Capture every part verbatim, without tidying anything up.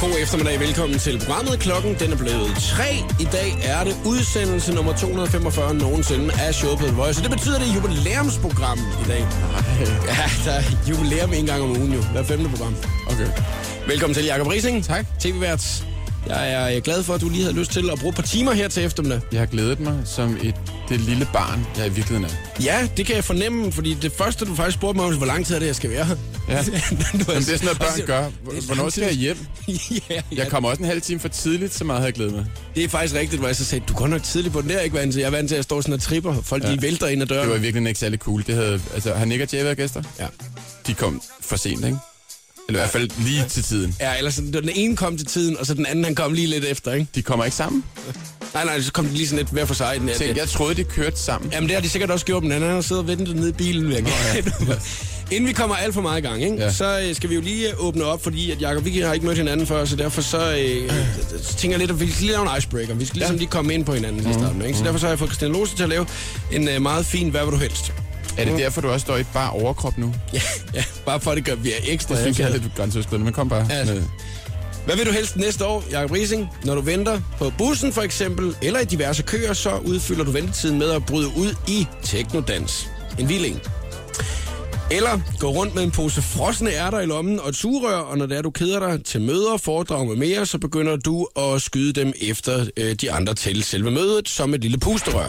God eftermiddag, velkommen til programmet. Klokken den er blevet tre. I dag er det udsendelse nummer to hundrede femogfyrre nogensinde af showet på The Voice. Og det betyder, det er jubilæumsprogram i dag. Ja, der er jubilæum en gang om ugen jo. Hver femte program. Okay. Velkommen til, Jakob Riising. Tak. T V-vært. Jeg er glad for, at du lige havde lyst til at bruge et par timer her til eftermiddag. Jeg har glædet mig som et, det lille barn, jeg i virkeligheden er. Ja, det kan jeg fornemme, fordi det første, du faktisk spurgte mig om, hvor lang tid er det, jeg skal være her. Ja. du Jamen, det er sådan noget, børn gør. Hvornår skal jeg hjem? ja, ja. Jeg kommer også en halv time for tidligt, så meget har jeg glædet mig. Det er faktisk rigtigt, hvor jeg så sagde, du går nok tidligt på den der, ikke vant til. Jeg er vant til, at jeg står sådan og tripper. Folk, ja. de vælter ind ad døren. Det var virkelig ikke særlig cool. Det havde, altså, har Nick og Jay været gæster? Ja. De kom for sent, ikke? Eller i hvert fald lige til tiden. Ja, eller sådan, den ene kom til tiden, og så den anden, han kom lige lidt efter, ikke? De kommer ikke sammen? Nej, nej, så kom de lige sådan lidt hver for sig. Den her, Tænk, jeg troede, de kørte sammen. Jamen, det har de sikkert også gjort, men han har siddet og ventet nede i bilen. Væk. Oh, ja. Inden vi kommer alt for meget i gang, ikke? Ja. Så skal vi jo lige åbne op, fordi at Jacob, vi har ikke mødt hinanden før, så derfor så, øh, så tænker jeg lidt, at vi skal lige lave en icebreaker. Vi skal ligesom ja. lige komme ind på hinanden til starten, ikke? Så derfor så har jeg fået Christina Lose til at lave en øh, meget fin, hvad vil du helst? Er det derfor, du også står i bare overkrop nu? Ja, ja, bare for at det gør, vi er ekstra. Det synes jeg er lidt grænseoverskridende, men kom bare ja. med. Hvad vil du helst næste år, Jacob Riising? Når du venter på bussen for eksempel, eller i diverse køer, så udfylder du ventetiden med at bryde ud i teknodans. En vild en. Eller gå rundt med en pose frosne ærter i lommen og et sugerør, og når det er, du keder dig til møder, foredrag med mere, så begynder du at skyde dem efter øh, de andre til selve mødet som et lille pusterør.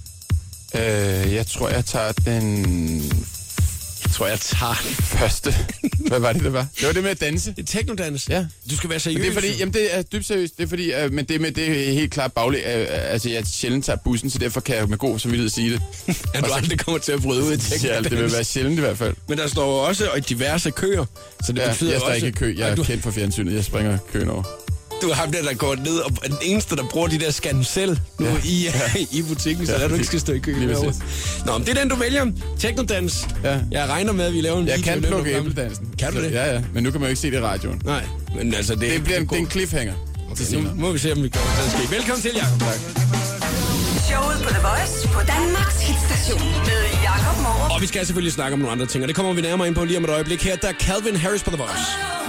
Øh, jeg tror, jeg tager den... Jeg tror, jeg tager den første. Hvad var det, det var? Det var det med at danse. Det er teknodans. Ja. Du skal være seriøs. Det er fordi, jamen det er dybt seriøst. Det er fordi, uh, men det med det er helt klart bagligt. Uh, altså, jeg sjældent tager bussen, så derfor kan jeg med god samvittighed sige det. At du aldrig kommer til at bryde ud i teknodans. Ja, det vil være sjældent i hvert fald. Men der står også i diverse køer. Så det ja, betyder jeg står også, ikke i kø. Jeg er du... kendt for fjernsynet. Jeg springer køen over. Du har ham der, der går ned, og den eneste, der bruger de der scan selv nu ja. i, ja. i butikken, så ja, der du ikke skal stå i kø. Nå, men det er den, du vælger. Teknodans. Ja. Jeg regner med, at vi laver en jeg video. Jeg kan plukke æbledansen. Kan du det? Ja, ja. Men nu kan man jo ikke se det i radioen. Nej, men altså det... Det bliver en, det er en cliffhanger. Okay, nu må vi se, om vi kommer til at ske. Velkommen til, Jacob. Tak. Showet på The Voice på Danmarks hitstation med Jacob Morup. Og vi skal selvfølgelig snakke om nogle andre ting, og det kommer vi nærmere ind på lige om et øjeblik. Her der er Calvin Harris på The Voice.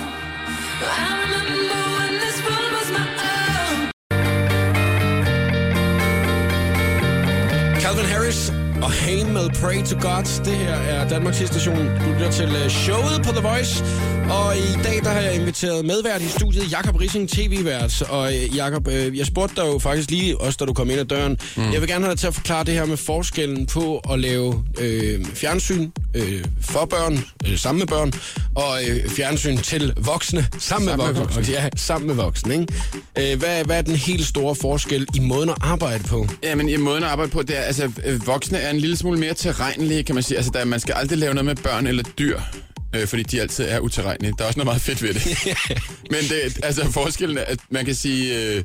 Calvin Harris og Haim med Pray to God. Det her er Danmarks station. Du lytter til showet på The Voice. Og i dag der har jeg inviteret medvært i studiet, Jacob Riising, T V-vært. Og Jacob, jeg spurgte dig jo faktisk lige, også da du kom ind ad døren. Mm. Jeg vil gerne have dig til at forklare det her med forskellen på at lave øh, fjernsyn øh, for børn, øh, sammen med børn, og øh, fjernsyn til voksne, sammen, sammen med voksne. Med voksne. Ja, sammen med voksne, ikke? Øh, hvad, hvad er den helt store forskel i måden at arbejde på? Ja, men i måden at arbejde på, det er, altså, voksne er en lille smule mere tilregnelige, kan man sige. Altså, der, man skal aldrig lave noget med børn eller dyr. Øh, fordi de altid er utilregnelige. Der er også noget meget fedt ved det. Men det, altså, forskellen er, at man kan sige... Øh,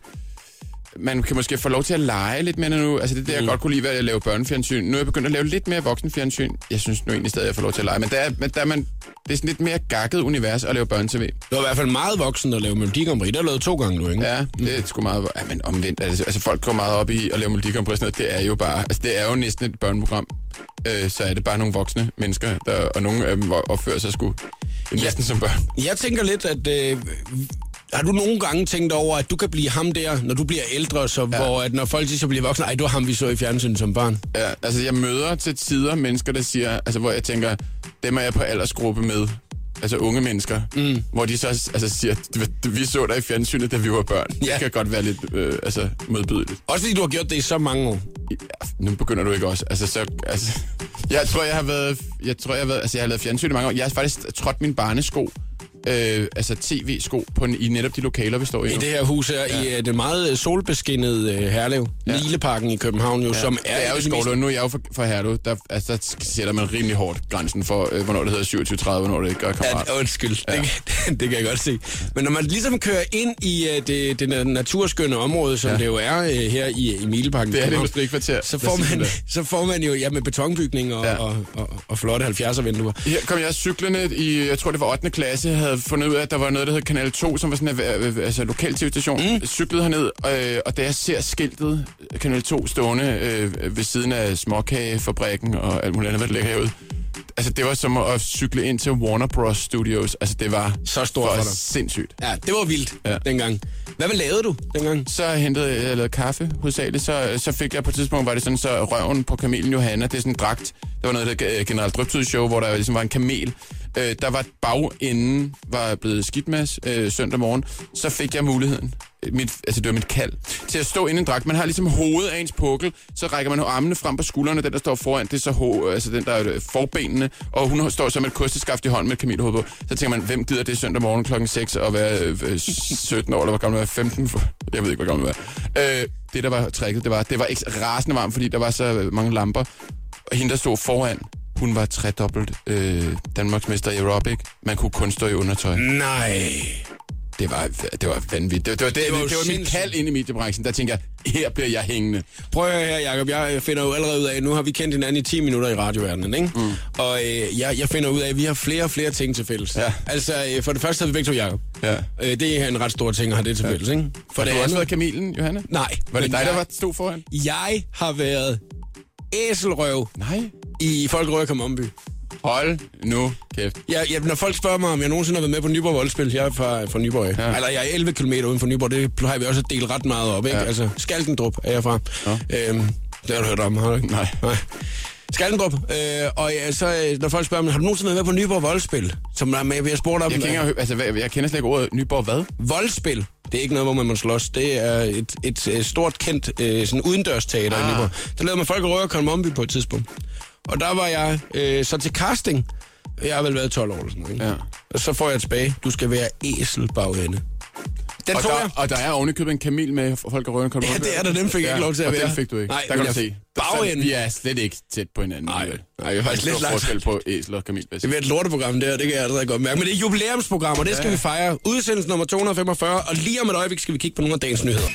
man kan måske få lov til at lege lidt mere nu. Altså, det er det, jeg mm. godt kunne lide ved at lave børnefjernsyn. Nu er jeg begyndt at lave lidt mere voksenfjernsyn. Jeg synes nu egentlig stadig, at jeg får lov til at lege. Men der er, men der er man... Det er sådan lidt mere gakket univers at lave børne-tv. Det var i hvert fald meget voksen at lave Melodi Grand Prix. Det har lavet to gange nu, ikke? Ja, det er sgu meget... Ja, men omvendt. Altså, altså, folk går meget op i at lave Melodi Grand Prix. Det er jo bare... Altså, det er jo næsten et børneprogram. Øh, så er det bare nogle voksne mennesker, der, og nogle af dem opfører sig sgu næsten ja. som børn. Jeg tænker lidt, at... Øh, har du nogle gange tænkt over, at du kan blive ham der, når du bliver ældre, så ja. hvor at når folk så bliver voksne, ej, du er ham, vi så i fjernsynet som barn? Ja, altså jeg møder til tider mennesker, der siger, altså hvor jeg tænker, dem er jeg på aldersgruppe med. Altså unge mennesker, mm. hvor de så altså, siger, vi så dig i fjernsynet, da vi var børn. Ja. Det kan godt være lidt øh, altså, modbydeligt. Også fordi du har gjort det i så mange år. Ja, nu begynder du ikke også. Altså, så, altså, jeg tror, jeg har været, jeg tror, jeg har været, altså, jeg har lavet fjernsyn i mange år. Jeg har faktisk trådt min barnesko, øh, altså tv-sko, på en, i netop de lokaler, vi står i. I det her hus her, ja. i det meget solbeskinnede uh, Herlev, ja. Mileparken i København, jo, ja. som er... Det er jo i Skovlund. Nu er jeg jo fra Herlev. Der, altså, der sætter man rimelig hårdt grænsen for, øh, hvornår det hedder syvogtyve tredive, hvornår det ikke gør kammerat. Ja, undskyld. Ja. Det, det kan jeg godt se. Men når man ligesom kører ind i uh, det, det naturskønne område, som ja. det jo er uh, her i, i Mileparken... Det er det industrikvarter. Så får man, så får man jo ja, med betonbygning og, ja. og, og, og flotte halvfjerdser-vinduer. Her kom jeg cyklende i, jeg tror det var ottende klasse, jeg havde fundet ud af, at der var noget, der hed Kanal to, som var sådan en altså, lokal tv-station. Mm. Jeg cyklede herned, øh, og da jeg ser skiltet Kanal to stående øh, ved siden af småkagefabrikken og alt muligt andet, hvad der ligger herude, altså, det var som at cykle ind til Warner Bros. Studios. Altså, det var så stort for dig. Sindssygt. Ja, det var vildt ja. dengang. Hvad lavede du dengang? Så hentede jeg, jeg lavede kaffe hovedsageligt. Så, så fik jeg på et tidspunkt, var det sådan, så røven på kamelen Johanna, det er sådan en dragt. Det var noget der General Drøbtid show, hvor der ligesom var en kamel. Øh, der var bagenden, var blevet skidt med øh, søndag morgen. Så fik jeg muligheden, mit, altså det var mit kald, til at stå inde i en dragt. Man har ligesom hovedet af ens pukkel, så rækker man armene frem på skuldrene. Den, der står foran, det er så ho- altså den, der er forbenene. Og hun står så med et kosteskaft i hånden med et kamelhoved på. Så tænker man, hvem gider det søndag morgen klokken seks og være øh, sytten år, eller hvor gammel var femten? Jeg ved ikke, hvor gammel var. Øh, det, der var tricket, det var, det var ikke rasende varmt, fordi der var så mange lamper. Og hende, der stod foran, hun var tredobbelt øh, Danmarksmester i aerobic. Man kunne kun stå i undertøj. Nej. Det var, det var vanvittigt. Det, det var, det, det var, det var mit kald ind i mediebranchen. Der tænker jeg, her bliver jeg hængende. Prøv at høre her, Jacob. Jeg finder jo allerede ud af, nu har vi kendt hinanden i ti minutter i radioverdenen, ikke? Mm. Og øh, jeg, jeg finder ud af, at vi har flere og flere ting til fælles. Ja. Altså, øh, for det første har vi begge to Jacob. Ja. Øh, det er en ret stor ting at have det til fælles, ikke? For har det du også været kamelen, Johanna? Nej. Var det dig, jeg, der var stod foran? Jeg har været æselrøv. Nej. I Folkerød Komomby. Hold nu kæft. Ja, ja, når folk spørger mig, om jeg nogensinde har været med på Nyborg Voldspil, jeg er fra, fra Nyborg. Ja. Eller jeg er elleve kilometer uden for Nyborg, det plejer vi også at dele ret meget op, ikke? Ja. Altså, Skaldendrup er jeg fra. Ja. Øhm, det har du hørt om, har du ikke? Nej. Nej. Skaldendrup. Øh, og ja, så, når folk spørger mig, har du nogensinde været med på Nyborg Voldspil? Som er med, vi har spurgt om... Jeg kender, altså, jeg kender slet ikke ordet Nyborg hvad? Voldspil. Det er ikke noget, hvor man må slås. Det er et, et, et stort kendt øh, sådan udendørsteater ah. i Nyborg. Der lavede man folk og rører Komomby på et tidspunkt. Og der var jeg øh, så til casting. Jeg har vel været tolv år eller sådan noget, ikke? Ja. Og så får jeg tilbage, du skal være æselbagende. Den og, der, jeg. og der er ovenikøbet en kamel med folk og røren. Ja, det er der. Den fik jeg ja, ikke lov til at og være. Og den fik du ikke. Nej, der kan du se. Bagenden. Vi er slet ikke tæt på hinanden. Nej, nej, jeg har faktisk lidt langt. forskel på æsel og kamel. Det er et lorteprogram der, det kan jeg allerede godt mærke. Men det er jubilæumsprogram, og det skal ja. vi fejre. Udsendelse nummer to hundrede femogfyrre, og lige om et øjeblik skal vi kigge på nogle af dagens nyheder.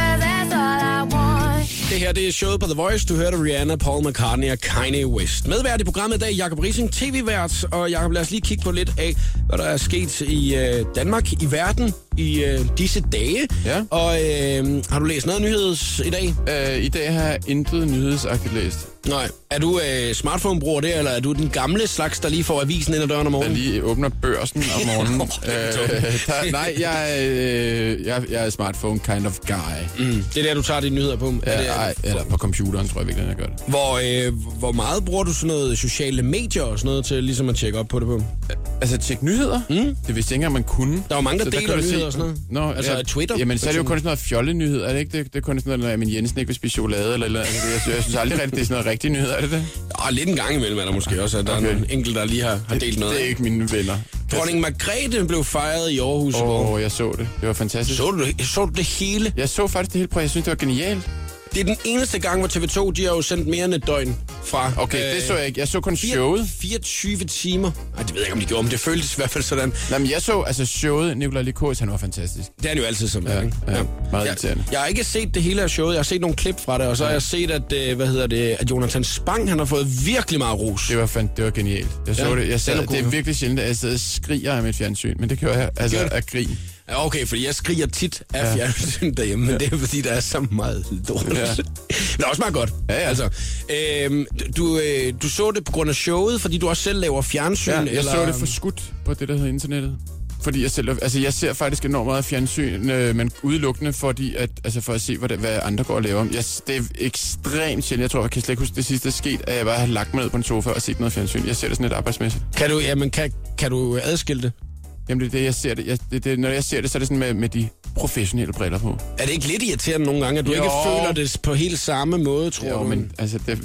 Det her, det er showet på The Voice. Du hørte Rihanna, Paul McCartney og Kanye West. Medvært i programmet i dag, Jacob Riising, tv-vært. Og Jacob, lad os lige kigge på lidt af, hvad der er sket i øh, Danmark, i verden, i øh, disse dage. Ja. Og øh, har du læst noget nyheds i dag? Øh, I dag har jeg intet nyhedsagtigt læst. Nej. Er du øh, smartphone-bruger der, eller er du den gamle slags, der lige får avisen ind ad døren om morgenen? Der lige åbner børsen om morgenen. øh, der, nej, jeg, øh, jeg, jeg er smartphone kind of guy. Mm. Det er der, du tager dine nyheder på? Ja, er det, ej, eller på computeren, tror jeg virkelig, jeg gør det. Hvor, øh, hvor meget bruger du sådan noget sociale medier og sådan noget til ligesom at tjekke op på det på? Altså, tjekke nyheder? Mm. Det vidste ikke engang, man kunne. Der er jo mange, der så deler der nyheder og sådan noget. Nå, altså ja, Twitter. Jamen, så er det jo kun sådan noget fjollenyheder, er det ikke? Det, det er kun sådan noget, at min Jensen ikke vil spise chokolade, eller, eller altså, jeg, jeg synes aldrig rigtigt, det er sådan noget rigtige nyheder, er det det? Ja, lidt en gang imellem er der måske også, at der okay. er nogle enkelte, der lige har, har delt noget. Det er ikke mine venner. Dronning Margrethe blev fejret i Aarhus. Åh, oh, jeg så det. Det var fantastisk. Så du, så du det hele? Jeg så faktisk det hele, prøv. Jeg synes, det var genialt. Det er den eneste gang, hvor T V to, de har jo sendt mere end et døgn fra. Okay, øh, det så jeg ikke. Jeg så kun showet. fireogtyve timer. Nej, det ved jeg ikke, om de gjorde, men det føltes i hvert fald sådan. Nej, men jeg så altså showet. Nikolaj Likos, han var fantastisk. Det er han jo altid som ja, ikke? Ja, ja, meget irriterende. Jeg, jeg har ikke set det hele af showet. Jeg har set nogle klip fra det, og så ja. har jeg set, at, hvad hedder det, at Jonathan Spang, han har fået virkelig meget ros. Det var, fan, det var genialt. Jeg så ja, det. Jeg sad, det er virkelig sjældent, at jeg sidder og skriger af mit fjernsyn, men det gjorde jeg altså af grin. Ja, okay, fordi jeg skriger tit af ja. fjernsyn derhjemme, men ja. det er fordi, der er så meget lort. Ja. Men det er også meget godt. Ja, ja. Altså, øhm, du, øh, du så det på grund af showet, fordi du også selv laver fjernsyn? Ja, jeg eller? så det for skudt på det, der hedder internettet. Fordi jeg selv, altså jeg ser faktisk enormt meget fjernsyn, øh, men udelukkende fordi at, altså for at se, hvad, det, hvad andre går og laver. Jeg, det er ekstremt sjældent. Jeg tror, jeg kan slet ikke huske det sidste, der er sket, at jeg bare har lagt mig ned på en sofa og set noget fjernsyn. Jeg ser det sådan lidt arbejdsmæssigt. Kan du, jamen, kan, kan du adskille det? Jamen det er det, jeg ser det. Jeg, det, det. Når jeg ser det, så er det sådan med, med de professionelle briller på. Er det ikke lidt irriterende nogle gange, at du jo. ikke føler det på helt samme måde, tror jo, du? men altså, det,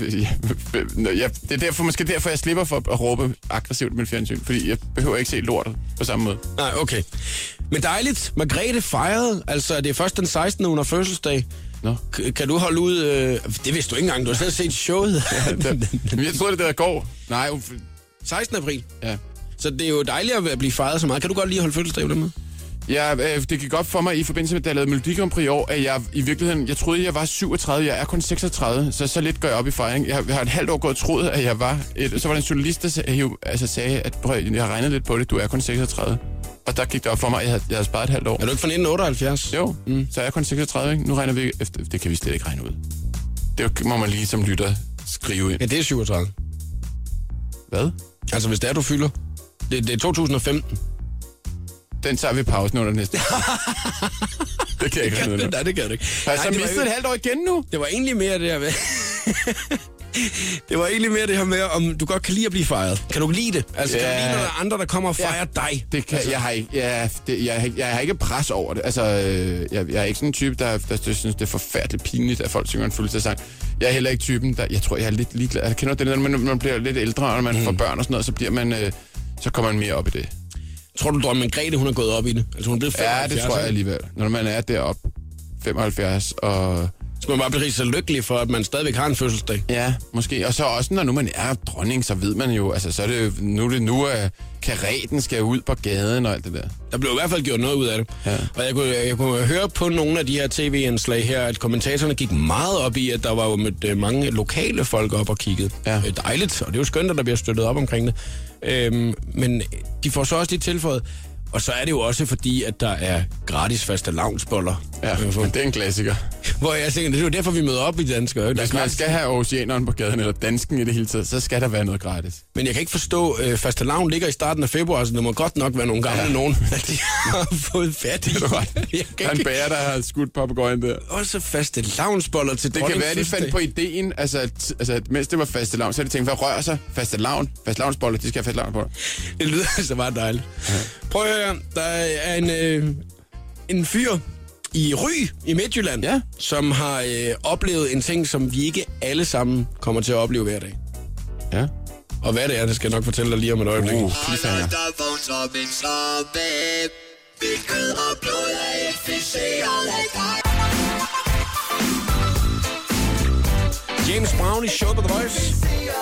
jeg, jeg, det er derfor, måske derfor, jeg slipper for at råbe aggressivt med fjernsyn, fordi jeg behøver ikke se lortet på samme måde. Nej, okay. Men dejligt. Margrethe fejrede, altså det er først den sekstende under fødselsdag. Nå. K- kan du holde ud... Øh, det vidste du ikke engang, du har selv set showet. Ja, det, jeg troede, det der går. Nej, sekstende april. Ja. Så det er jo dejligt at blive fejret så meget. Kan du godt lide at holde fødselsdag med? Ja, det gik op for mig i forbindelse med, at jeg lavede Melodi Grand Prix i år, at jeg i virkeligheden, jeg troede, jeg var syvogtredive, jeg er kun seksogtredive, så så lidt går jeg op i fejring. Jeg har, jeg har et halvt år gået og troet, at jeg var et, så var der en journalist, der sagde, altså sagde at prøv, jeg har regnet lidt på det, du er kun seksogtredive. Og der gik det op for mig, at jeg havde, jeg havde sparet et halvt år. Er du ikke fra nitten otteoghalvfjerds? Jo, mm. så er jeg kun seksogtredive, ikke? Nu regner vi efter, det kan vi slet ikke regne ud. Det må man lige som lytter skrive ind. Ja, det er syvogtredive. Hvad? Altså, hvis det er, du fylder. Det, det er to tusind og femten. Den tager vi pausen under næste. Det kan jeg ikke regne ud. Nej, det kan jeg ikke. Har jeg så mistet jo... et halvt år igen nu? Det var egentlig mere det her med... det var egentlig mere det her med, om du godt kan lide at blive fejret. Kan du lide det? Altså, ja. Kan du lide, når der er andre, der kommer og fejrer ja. dig? Det kan, altså. jeg, har ikke, ja, det, jeg, jeg har ikke pres over det. Altså, jeg, jeg er ikke sådan en type, der, der, der synes, det er forfærdeligt pinligt, at folk synger en fødselsdagssang. Jeg er heller ikke typen, der... Jeg tror, jeg er lidt ligeglad. Jeg kender det der, når man bliver lidt ældre, og når man mm. får børn og sådan noget, så bliver man... Øh, så kommer man mere op i det. Tror du, dronning Margrethe, hun er gået op i det? Altså, hun er blevet femoghalvfjerds? Ja, det tror jeg alligevel. Når man er deroppe, femoghalvfjerds, og... Så man bare blive så lykkelig for, at man stadigvæk har en fødselsdag. Ja, måske. Og så også, når nu man er dronning, så ved man jo, altså, så er det jo, nu er det nu, at karetten skal ud på gaden og alt det der. Der blev i hvert fald gjort noget ud af det. Ja. Og jeg kunne, jeg kunne høre på nogle af de her tv-indslag her, at kommentatorerne gik meget op i, at der var jo med mange lokale folk op og kiggede. Ja. Dejligt, og det er jo skønt, at der bliver støttet op omkring det. Øhm, men de får så også lige tilføjet. Og så er det jo også fordi, at der er gratis fastelavnsboller. Ja, men det er en klassiker. Hvor jeg tænker, det er jo derfor, vi møder op i danskere. Hvis man skal have oceaneren på gaden, eller dansken i det hele taget, så skal der være noget gratis. Men jeg kan ikke forstå, at uh, fastelavn ligger i starten af februar, så det må godt nok være nogle gamle ja. nogen, at de har fået fat i. Det er ret. Der er en bager, der har skudt papegøjen der. Også fastelavnsboller til det kan være, de fandt på ideen, altså, at, altså mens det var fastelavn, så har de tænkt, hvad rører sig? Fastelavn, fastelavnsboller, de skal have fastelavnsboller. Det lyder altså bare dejligt. Ja. Prøv at høre, der er en, øh, en fyr i Ry i Midtjylland, ja. som har øh, oplevet en ting, som vi ikke alle sammen kommer til at opleve hver dag. Ja. Og hvad det er, det skal jeg nok fortælle dig lige om et øjeblik. Uh, James Brown i Show på The Voice.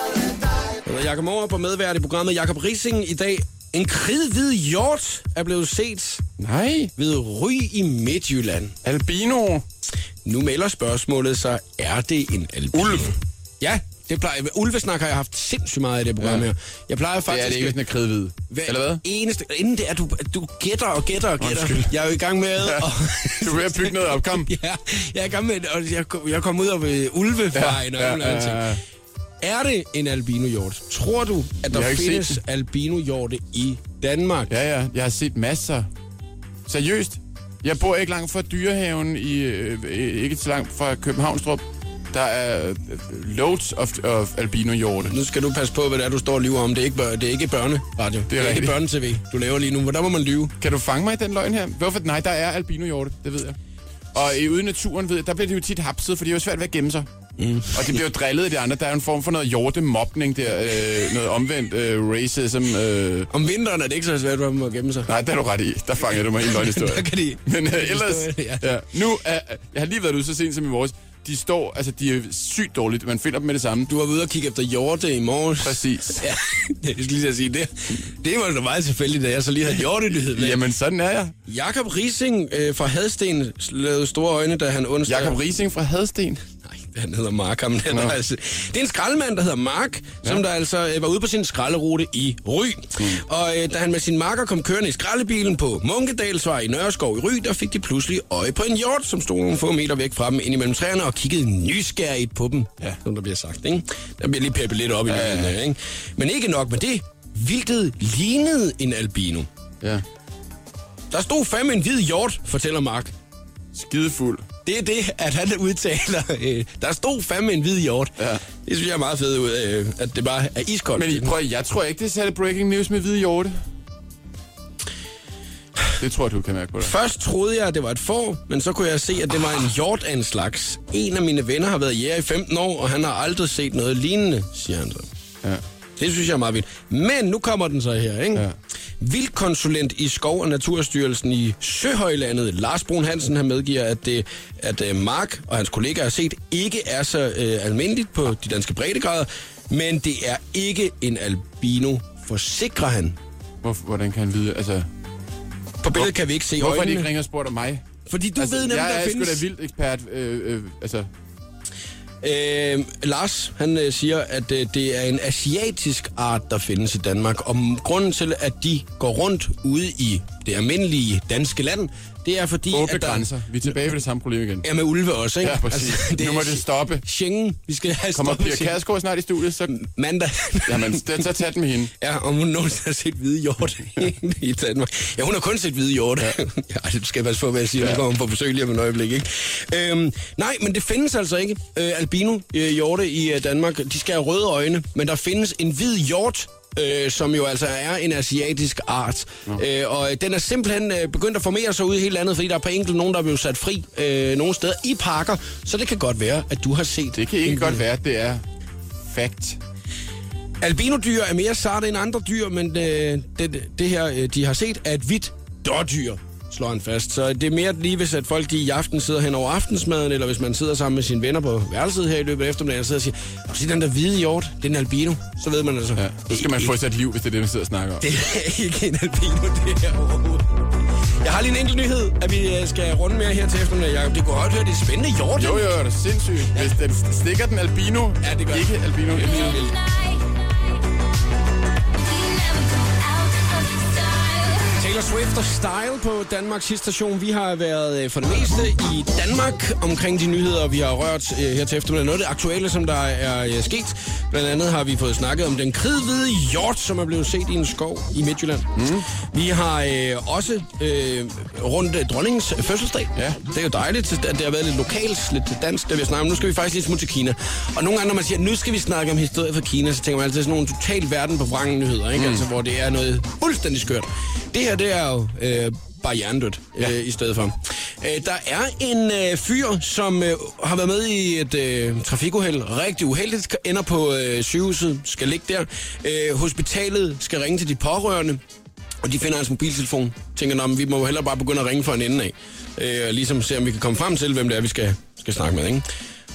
Jeg hedder Jakob Morup på medvært i programmet Jakob Riising i dag. En kridhvid hjort er blevet set Nej. ved Ry i Midtjylland. Albino. Nu melder spørgsmålet sig, er det en albino? Ulv. Ja, det plejer. Ulvesnak har jeg haft sindssygt meget i det program ja. her. Jeg plejer faktisk... Det er det ikke, hvis den er kridhvid. Eller hvad? Eneste, inden det er, du, du gætter og gætter og gætter. Undskyld. Jeg er jo i gang med... Ja. Og, du er ved at bygge noget op, kom. Ja, jeg er i gang med... Og jeg, jeg kom ud af ulvevejen ja, og ja, ja, ja, ja. Er det en albino-hjort? Tror du, at der findes albino-hjorte i Danmark? Ja, ja. Jeg har set masser. Seriøst. Jeg bor ikke langt fra Dyrehaven, i, øh, ikke så langt fra Københavnstrup. Der er øh, loads of, of albino-hjorte. Nu skal du passe på, hvad det er, du står og lyver om. Det er ikke, bør- det er ikke børneradio. Det er, det er ikke børne-tv, du laver lige nu. Hvordan må man lyve? Kan du fange mig i den løgn her? Hvorfor? Nej, der er albino-hjorte, det ved jeg. Og i ude i naturen, ved jeg, der bliver det jo tit hapset, for det er jo svært ved at gemme sig. Mm. Og det bliver jo drillet i de andre. Der er jo en form for noget hjortemobning der. Øh, noget omvendt øh, racism. Øh. Om vinteren er det ikke så svært, at man gemme sig. Nej, der er du ret i. Der fanger du mig i en løgnhistorie. Der kan de. Men øh, ellers... ja. Ja, nu er... Jeg har lige været ude så sent som i vores. De står... Altså, de er sygt dårligt. Man finder dem med det samme. Du var ude og kigge efter hjorte i morges. Præcis. Ja, jeg skal lige sige det. Det var da meget tilfældigt, da jeg så lige havde hjortenyhed med. Jamen, sådan er jeg. Jakob Riising øh, fra Hadsten lavede store øjne, da han onsdag... Jakob Riising fra Hadsten? Han hedder Mark. Han no. altså, det er en skraldemand, der hedder Mark, ja. som der altså øh, var ude på sin skralderute i Ry. Mm. Og øh, da han med sin marker kom kørende i skraldebilen på Munkedalsvej i Nørreskov i Ry, der fik de pludselig øje på en hjort, som stod nogle få meter væk fra dem ind imellem træerne og kiggede nysgerrigt på dem. Ja. Som der bliver sagt, ikke? Der bliver lige peppet lidt op i ja, ja. Ikke? Men ikke nok med det. Vildtet lignede en albino. Ja. Der stod fandme en hvid hjort, fortæller Mark. Skidefuld. Det er det, at han udtaler, øh, der stod fandme en hvid hjort. Ja. Det synes jeg er meget fedt ud, øh, at det bare er iskoldt. Men prøv, jeg tror ikke, det er særlig breaking news med hvide hjorte. Det tror jeg, du kan mærke på det. Først troede jeg, at det var et får, men så kunne jeg se, at det var en hjort af en slags. En af mine venner har været jæger i femten år, og han har aldrig set noget lignende, siger han så. Ja. Det synes jeg er meget vildt. Men nu kommer den så her, ikke? Ja. Vildkonsulent i Skov- og Naturstyrelsen i Søhøjlandet, Lars Brun Hansen, han medgiver, at, det, at uh, Mark og hans kollegaer har set, ikke er så uh, almindeligt på de danske breddegrader, men det er ikke en albino, forsikrer han. Hvor, hvordan kan han vide, altså... På billedet kan vi ikke se Hvorfor øjnene. Hvorfor de ikke ringer og spurgte mig? Fordi du altså, ved nemlig, der findes... Jeg er sgu da vildt ekspert, øh, øh, altså... Øh, Lars, han øh, siger, at øh, det er en asiatisk art, der findes i Danmark. Og grunden til, at de går rundt ude i det almindelige danske land. Det er fordi, Åbne at der... grænser. Vi er tilbage ved det samme problem igen. Ja, med ulve også, ikke? Ja, præcis. Altså, det nu må det stoppe. Schengen, vi skal have Kommer stoppet Pia Kærsgaard snart i studiet, så... Mandag. Jamen, den, så tag den med hende. Ja, om hun nogensinde har set hvide hjort i Danmark. Ja, hun har kun set hvide hjort. Ja, ja det skal jeg passe på, hvad jeg siger. Ja. Nu kommer hun på besøg lige om et øjeblik, ikke? Øhm, nej, men det findes altså ikke. Øh, albino-hjorte i uh, Danmark, de skal have røde øjne, men der findes en hvid hjort, Øh, som jo altså er en asiatisk art. Ja. Øh, og den er simpelthen øh, begyndt at formere sig ud i hele landet, fordi der er på enkelt nogen, der er blevet sat fri øh, nogle steder i parker. Så det kan godt være, at du har set... Det kan ikke godt være, at det er fact. Albinodyr er mere sarte end andre dyr, men øh, det, det her, øh, de har set, er et hvidt dårdyr, slår han fast. Så det er mere lige, hvis at folk de i aften sidder hen over aftensmaden, eller hvis man sidder sammen med sine venner på værelset her i løbet af eftermiddagen, og sidder og siger, og se den der hvide hjort, det er en albino. Så ved man altså. Ja, så skal man få sig et liv, hvis det er det, man sidder og snakker om. Det er ikke en albino, det her overhovedet. Jeg har lige en enkelt nyhed, at vi skal runde mere her til eftermiddag, Jacob. Det kunne godt høre, det er spændende hjort. Jo, jo, det er sindssygt. Ja. Hvis den stikker den albino, ja, det gør ikke albino. Det er vildt. Taylor Swift og Style på Danmarks hitstation. Vi har været for det meste i Danmark omkring de nyheder, vi har rørt her til eftermiddag. Noget af det aktuelle, som der er sket. Blandt andet har vi fået snakket om den kridhvide hjort, som er blevet set i en skov i Midtjylland. Mm. Vi har øh, også øh, rundt dronningens fødselsdag. Ja. Det er jo dejligt, at det har været lidt lokalt, lidt dansk, det vi snakker om. Nu skal vi faktisk lige smut til Kina. Og nogle gange, når man siger, at nu skal vi snakke om historie fra Kina, så tænker man altid sådan nogle totalt verden på vrangen nyheder, ikke? Mm. Altså, hvor det er noget fuldstændig skørt. Det her, det er jo øh, bare hjernedødt øh, ja. i stedet for. Øh, der er en øh, fyr, som øh, har været med i et øh, trafikuheld. Rigtig uheldigt. Ender på øh, sygehuset. Skal ligge der. Øh, hospitalet skal ringe til de pårørende. Og de finder hans mobiltelefon. Tænker, vi må hellere bare begynde at ringe for en ende af. Øh, ligesom se, om vi kan komme frem til, hvem det er, vi skal, skal snakke med. Ikke?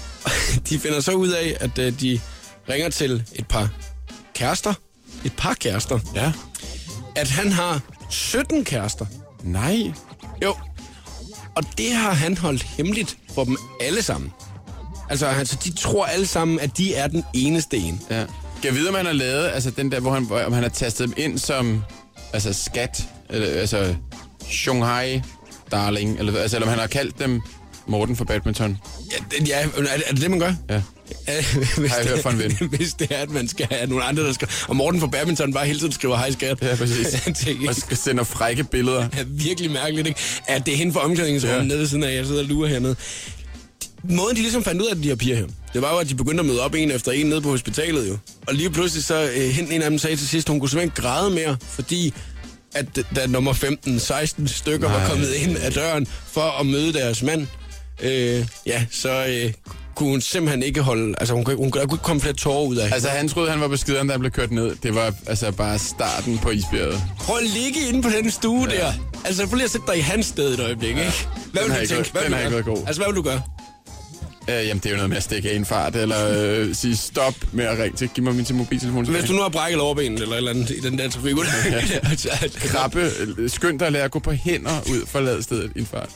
De finder så ud af, at øh, de ringer til et par kærester. Et par kærester. Ja. At han har sytten kærester. Nej. Jo. Og det har han holdt hemmeligt for dem alle sammen. Altså, altså de tror alle sammen, at de er den eneste en. Ja. Kan jeg vide, om han har lavet, altså den der, hvor han, om han har tastet dem ind som, altså skat, eller altså Shanghai Darling, eller, altså, eller om han har kaldt dem Morten for badminton. Ja, det, ja er, det, er det det, man gør? Ja. Hvis har jeg det, hørt fra en ven. Hvis det er, at man skal have nogle andre, der skal... Og Morten for badminton bare hele tiden skriver hej skat. Ja, præcis. Og skal sende frække billeder. Ja, virkelig mærkeligt, ikke? At det er hende for omklædningsrummet ja. nede ved siden af, jeg sidder og lurer hernede. Måden, de ligesom fandt ud af, de her piger her, det var jo, at de begyndte at møde op en efter en nede på hospitalet jo. Og lige pludselig så, øh, hende en af dem sagde til sidst, hun kunne simpelthen græde mere, fordi at da nummer femten seksten stykker Nej. var kommet ind ad døren for at møde deres mand, øh, ja, så øh, kunne hun simpelthen ikke holde... Altså, hun, hun, hun kunne ikke komme flere tårer ud af. Altså, han troede, han var beskideren, da han blev kørt ned. Det var altså bare starten på isbjerget. Prøv at ligge inde på den stue ja. der. Altså, prøv lige at sætte dig i hans sted et øjeblik, ja. ikke? Hvad den vil du tænke? Hvad den har ikke været god. Altså, hvad vil du gøre? Uh, jamen, det er jo noget med at stikke af en fart, eller uh, sige stop med at ringe til. Giv mig min mobiltelefon. Hvis du nu har brækket overbenet, eller et eller andet i den der trafik. Ja. Krabbe, skynd dig at lære at gå på hænder ud for ladestedet i en fart.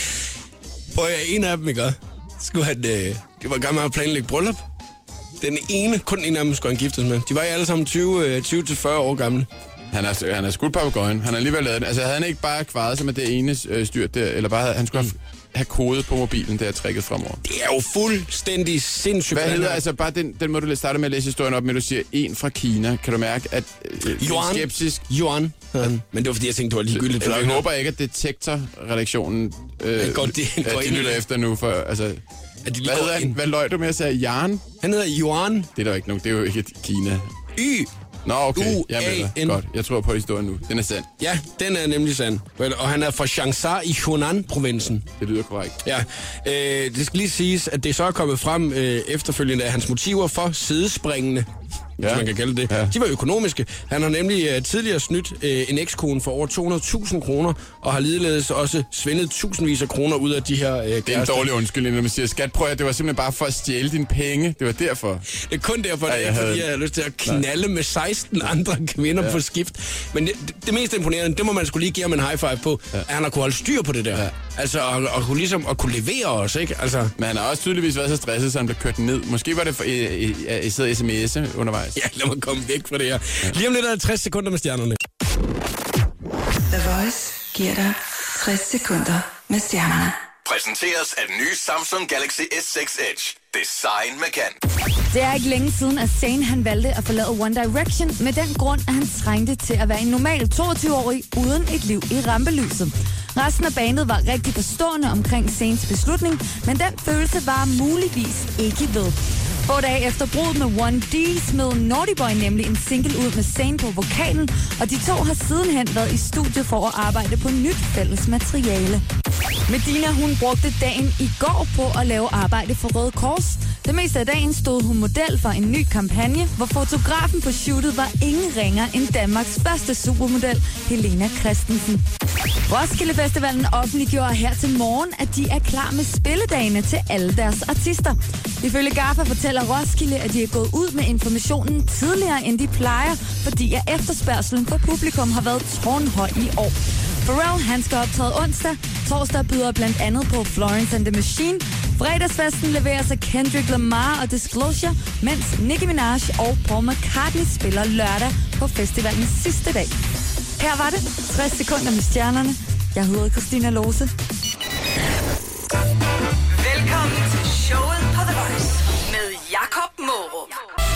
Prøv at en af dem, ikke? Skulle han, øh, det var i gang med at planlægge bryllup. Den ene, kun en af dem skulle han giftes med. De var alle sammen tyve til fyrre år gamle. Han er, han er skudt på papegøjen. Han har alligevel lavet det. Altså, havde han ikke bare kvaret sig med det ene øh, styrt der, eller bare han skulle have, have kode på mobilen, der er trækket fremover. Det er jo fuldstændig sindssygt. Hvad hedder altså bare den, den må du starte med at læse historien op, men du siger en fra Kina. Kan du mærke, at øh, Yuan. skeptisk... Yuan. Ja. Men det var fordi, jeg tænkte, det var ligegyldigt. Jeg, jeg håber ikke, at Detektor-redaktionen øh, godt, de, at de lytter efter nu, for altså... At de hvad, hedder han? Hvad løg du med at sige? Jan? Han hedder Yuan. Det er der ikke nogen. Det er jo ikke et Kina. Y. Nå, okay. Jeg med dig. Godt. Jeg tror på historien nu. Den er sand. Ja, den er nemlig sand. Og han er fra Changsha i Hunan-provinsen. Det lyder korrekt. Ja. Øh, det skal lige siges, at det så er kommet frem øh, efterfølgende af hans motiver for sidespringende. Ja. Hvis man kan kalde det. Ja. De var økonomiske. Han har nemlig uh, tidligere snydt uh, en ekskone for over to hundrede tusind kroner, og har ligeledes også svindlet tusindvis af kroner ud af de her uh, Det er en dårlig undskyldning, når man siger, skat, prøv at det var simpelthen bare for at stjæle dine penge. Det var derfor. Det er kun derfor, ja, det er, fordi havde... jeg havde lyst til at knalde Nej. med seksten andre kvinder ja. på skift. Men det, det, det mest imponerende, det må man skulle lige give ham en high five på, ja. at han har kunne holde styr på det der. Ja. Altså, og, og, kunne ligesom, og kunne levere os, ikke? Altså... Men han har også tydeligvis været så stresset, så han blev kørt ned. Måske var det for, I, I, I sidder sms'e undervejs. Ja, lad mig komme væk fra det her. Ja. Lige om lidt er det tres sekunder med stjernerne. The Voice. giver dig tres sekunder med stjernerne. Præsenteres af den nye Samsung Galaxy S seks Edge. Design med kan. Det er ikke længe siden, at Zayn han valgte at forlade One Direction med den grund, at han trængte til at være en normal toogtyve-årig uden et liv i rampelyset. Resten af bandet var rigtig forstående omkring Zayns beslutning, men den følelse var muligvis ikke ved. Få dage efter bruddet med One D smed Naughty Boy nemlig en single ud med Zayn på vokalen, og de to har sidenhen været i studiet for at arbejde på nyt fælles materiale. Medina, hun brugte dagen i går på at lave arbejde for Røde Kors. Det meste af dagen stod hun model for en ny kampagne, hvor fotografen på shootet var ingen ringer end Danmarks første supermodel, Helena Christensen. Roskilde Festivalen offentliggjorde her til morgen, at de er klar med spilledagene til alle deres artister. Ifølge Gaffa fortæller Roskilde, at de er gået ud med informationen tidligere, end de plejer, fordi at efterspørgselen for publikum har været tårnhøj i år. Pharrell, han skal optræde onsdag. Torsdag byder blandt andet på Florence and the Machine. Fredagsfesten leveres af Kendrick Lamar og Disclosure, mens Nicki Minaj og Paul McCartney spiller lørdag på festivalens sidste dag. Her var det tres sekunder med stjernerne. Jeg hedder Christina Lose. Velkommen til showet på The Voice med Jakob Mårup.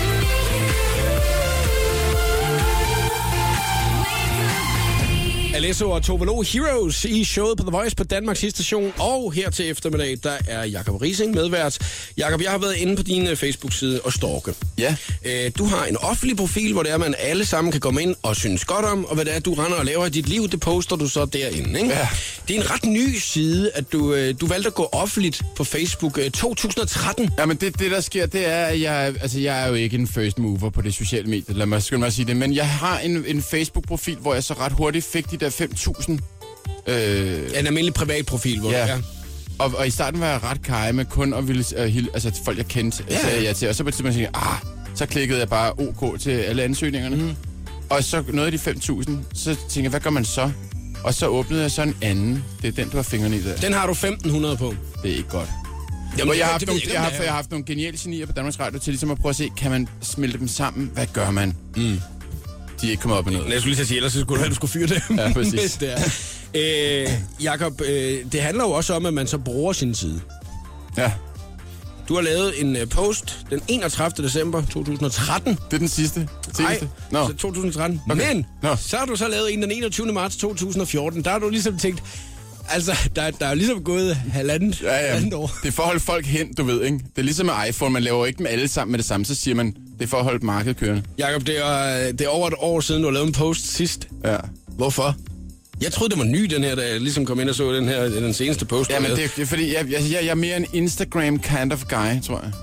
Alesso og Tove Lo, Heroes i showet på The Voice på Danmarks station. Og her til eftermiddag, der er Jakob Rising medvært. Jakob, jeg har været inde på din Facebook-side og stalke. Ja. Øh, du har en offentlig profil, hvor det er, man alle sammen kan komme ind og synes godt om. Og hvad det er, du render og laver i dit liv, det poster du så derinde, ikke? Ja. Det er en ret ny side, at du, øh, du valgte at gå offentligt på Facebook øh, to tusind og tretten. Jamen det, det der sker, det er, at jeg, altså, jeg er jo ikke en first mover på det sociale medie, lad mig skynde mig at sige det, men jeg har en, en Facebook-profil, hvor jeg så ret hurtigt fik de der fem tusind. Øh, En almindelig privat profil, hvor ja. det er. Og, og i starten var jeg ret kaj med kun at ville, uh, hilde, altså folk jeg kendte, Ja. sagde jeg til, og så på et tidspunkt tænkte jeg, ah, så klikkede jeg bare OK til alle ansøgningerne. Mm. Og så nåede de fem tusind, så tænkte jeg, hvad gør man så? Og så åbnede jeg så en anden. Det er den, du har fingrene i der. Den har du femten hundrede på. Det er ikke godt. Jamen, jeg, har det haft ved nogle, ikke, jeg, om har, det er. jeg har haft nogle geniale genier på Danmarks Radio til ligesom at prøve at se, kan man smelte dem sammen? Hvad gør man? Mm. De er ikke kommet op med noget. Jeg skulle lige sige, ellers så skulle du have, du skulle fyre dem. Ja, præcis. Hvis det er. Øh, Jakob, øh, det handler jo også om, at man så bruger sin side. Ja, Du har lavet en uh, post den enogtredivte december to tusind og tretten. det er den sidste. Nej, Seneste. Nå. så to tusind og tretten. Okay. Men Nå. så har du så lavet en den enogtyvende marts to tusind og fjorten. Der har du ligesom tænkt, altså, der, der er ligesom gået halvandet, Ja, ja. halvandet år. Det er for at holde folk hen, du ved, ikke? Det er ligesom med iPhone, man laver ikke dem alle sammen med det samme, så siger man, det er for at holde markedet kørende. Jakob, det er, det er over et år siden, du har lavet en post sidst. Ja. Hvorfor? Jeg troede, det var ny, den her, da jeg ligesom kom ind og så den her, den seneste post. Ja, du men lavede. det, det er fordi, jeg, jeg, jeg er mere en Instagram kind of guy, tror jeg.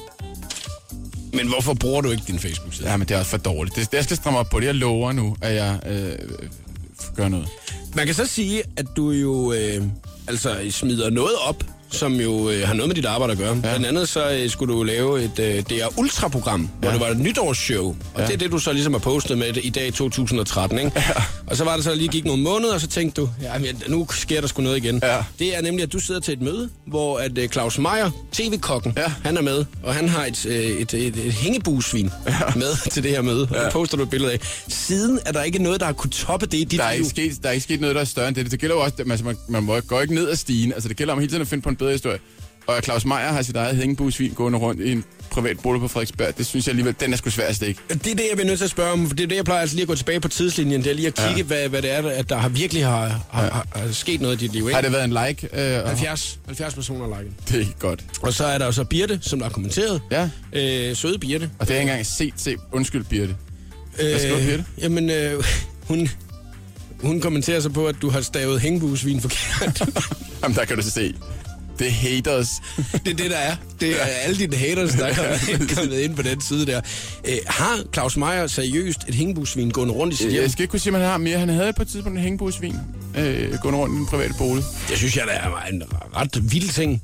Men hvorfor bruger du ikke din Facebook-side? Ja, men det er også for dårligt. Det, jeg skal stramme op på det. Jeg lover nu, at jeg øh, gør noget. Man kan så sige, at du jo øh, altså smider noget op, som jo øh, har noget med dit arbejde at gøre. Ja. Blandt andet så øh, skulle du lave et øh, D R Ultra-program, ja. hvor det var et nytårsshow. Og ja. det er det, du så ligesom har postet med det i dag i to tusind og tretten, ikke? Ja. Og så var det så lige gik nogle måneder, og så tænkte du, ja, men nu sker der sgu noget igen. Ja. Det er nemlig, at du sidder til et møde, hvor at øh, Claus Meier, tv-kokken, ja. han er med, og han har et, øh, et, et, et hængebuesvin ja. med til det her møde. Og ja. det poster du et billede af. Siden er der ikke noget, der har kunnet toppe det i dit Der er, liv. ikke sket, der er ikke sket noget, der er større end det. Det gælder jo også, altså, man, man må gå ikke ned ad stigen. Altså, det gælder om hele tiden at finde på en bedre historie. Og Claus Meier har sit eget hængebuesvin gående rundt i en privat bolig på Frederiksberg. Det synes jeg alligevel, den er sgu svær at stikke. Det er det, jeg bliver nødt til at spørge om, for det er det, jeg plejer altså lige at gå tilbage på tidslinjen. Det er lige at kigge, ja. hvad, hvad det er, at der har virkelig har, har, har, har sket noget i dit liv, ikke? Har det været en like? Øh, halvfjerds, halvfjerds personer har liket. Det er ikke godt. Og så er der jo så Birte, som der har kommenteret. Ja. Øh, søde Birte. Og det har jeg ikke engang set. Se, undskyld, Birte. Hvad skriver Birte? Jamen, øh, hun, hun kommenterer så på, at du har stavet hængebuesvin forkert. Jamen, der kan du så se. Det er haters. Det er det, der er. Det er alle dine haters, der er kommet ind på den side der. Øh, har Claus Meier seriøst et hængebuesvin gående rundt i sit hjem? Jeg skal ikke kunne sige, at han har mere. Han havde på et tidspunkt et hængebuesvin øh, gående rundt i en privat bolig. Det synes jeg, der er en ret vild ting. Ja.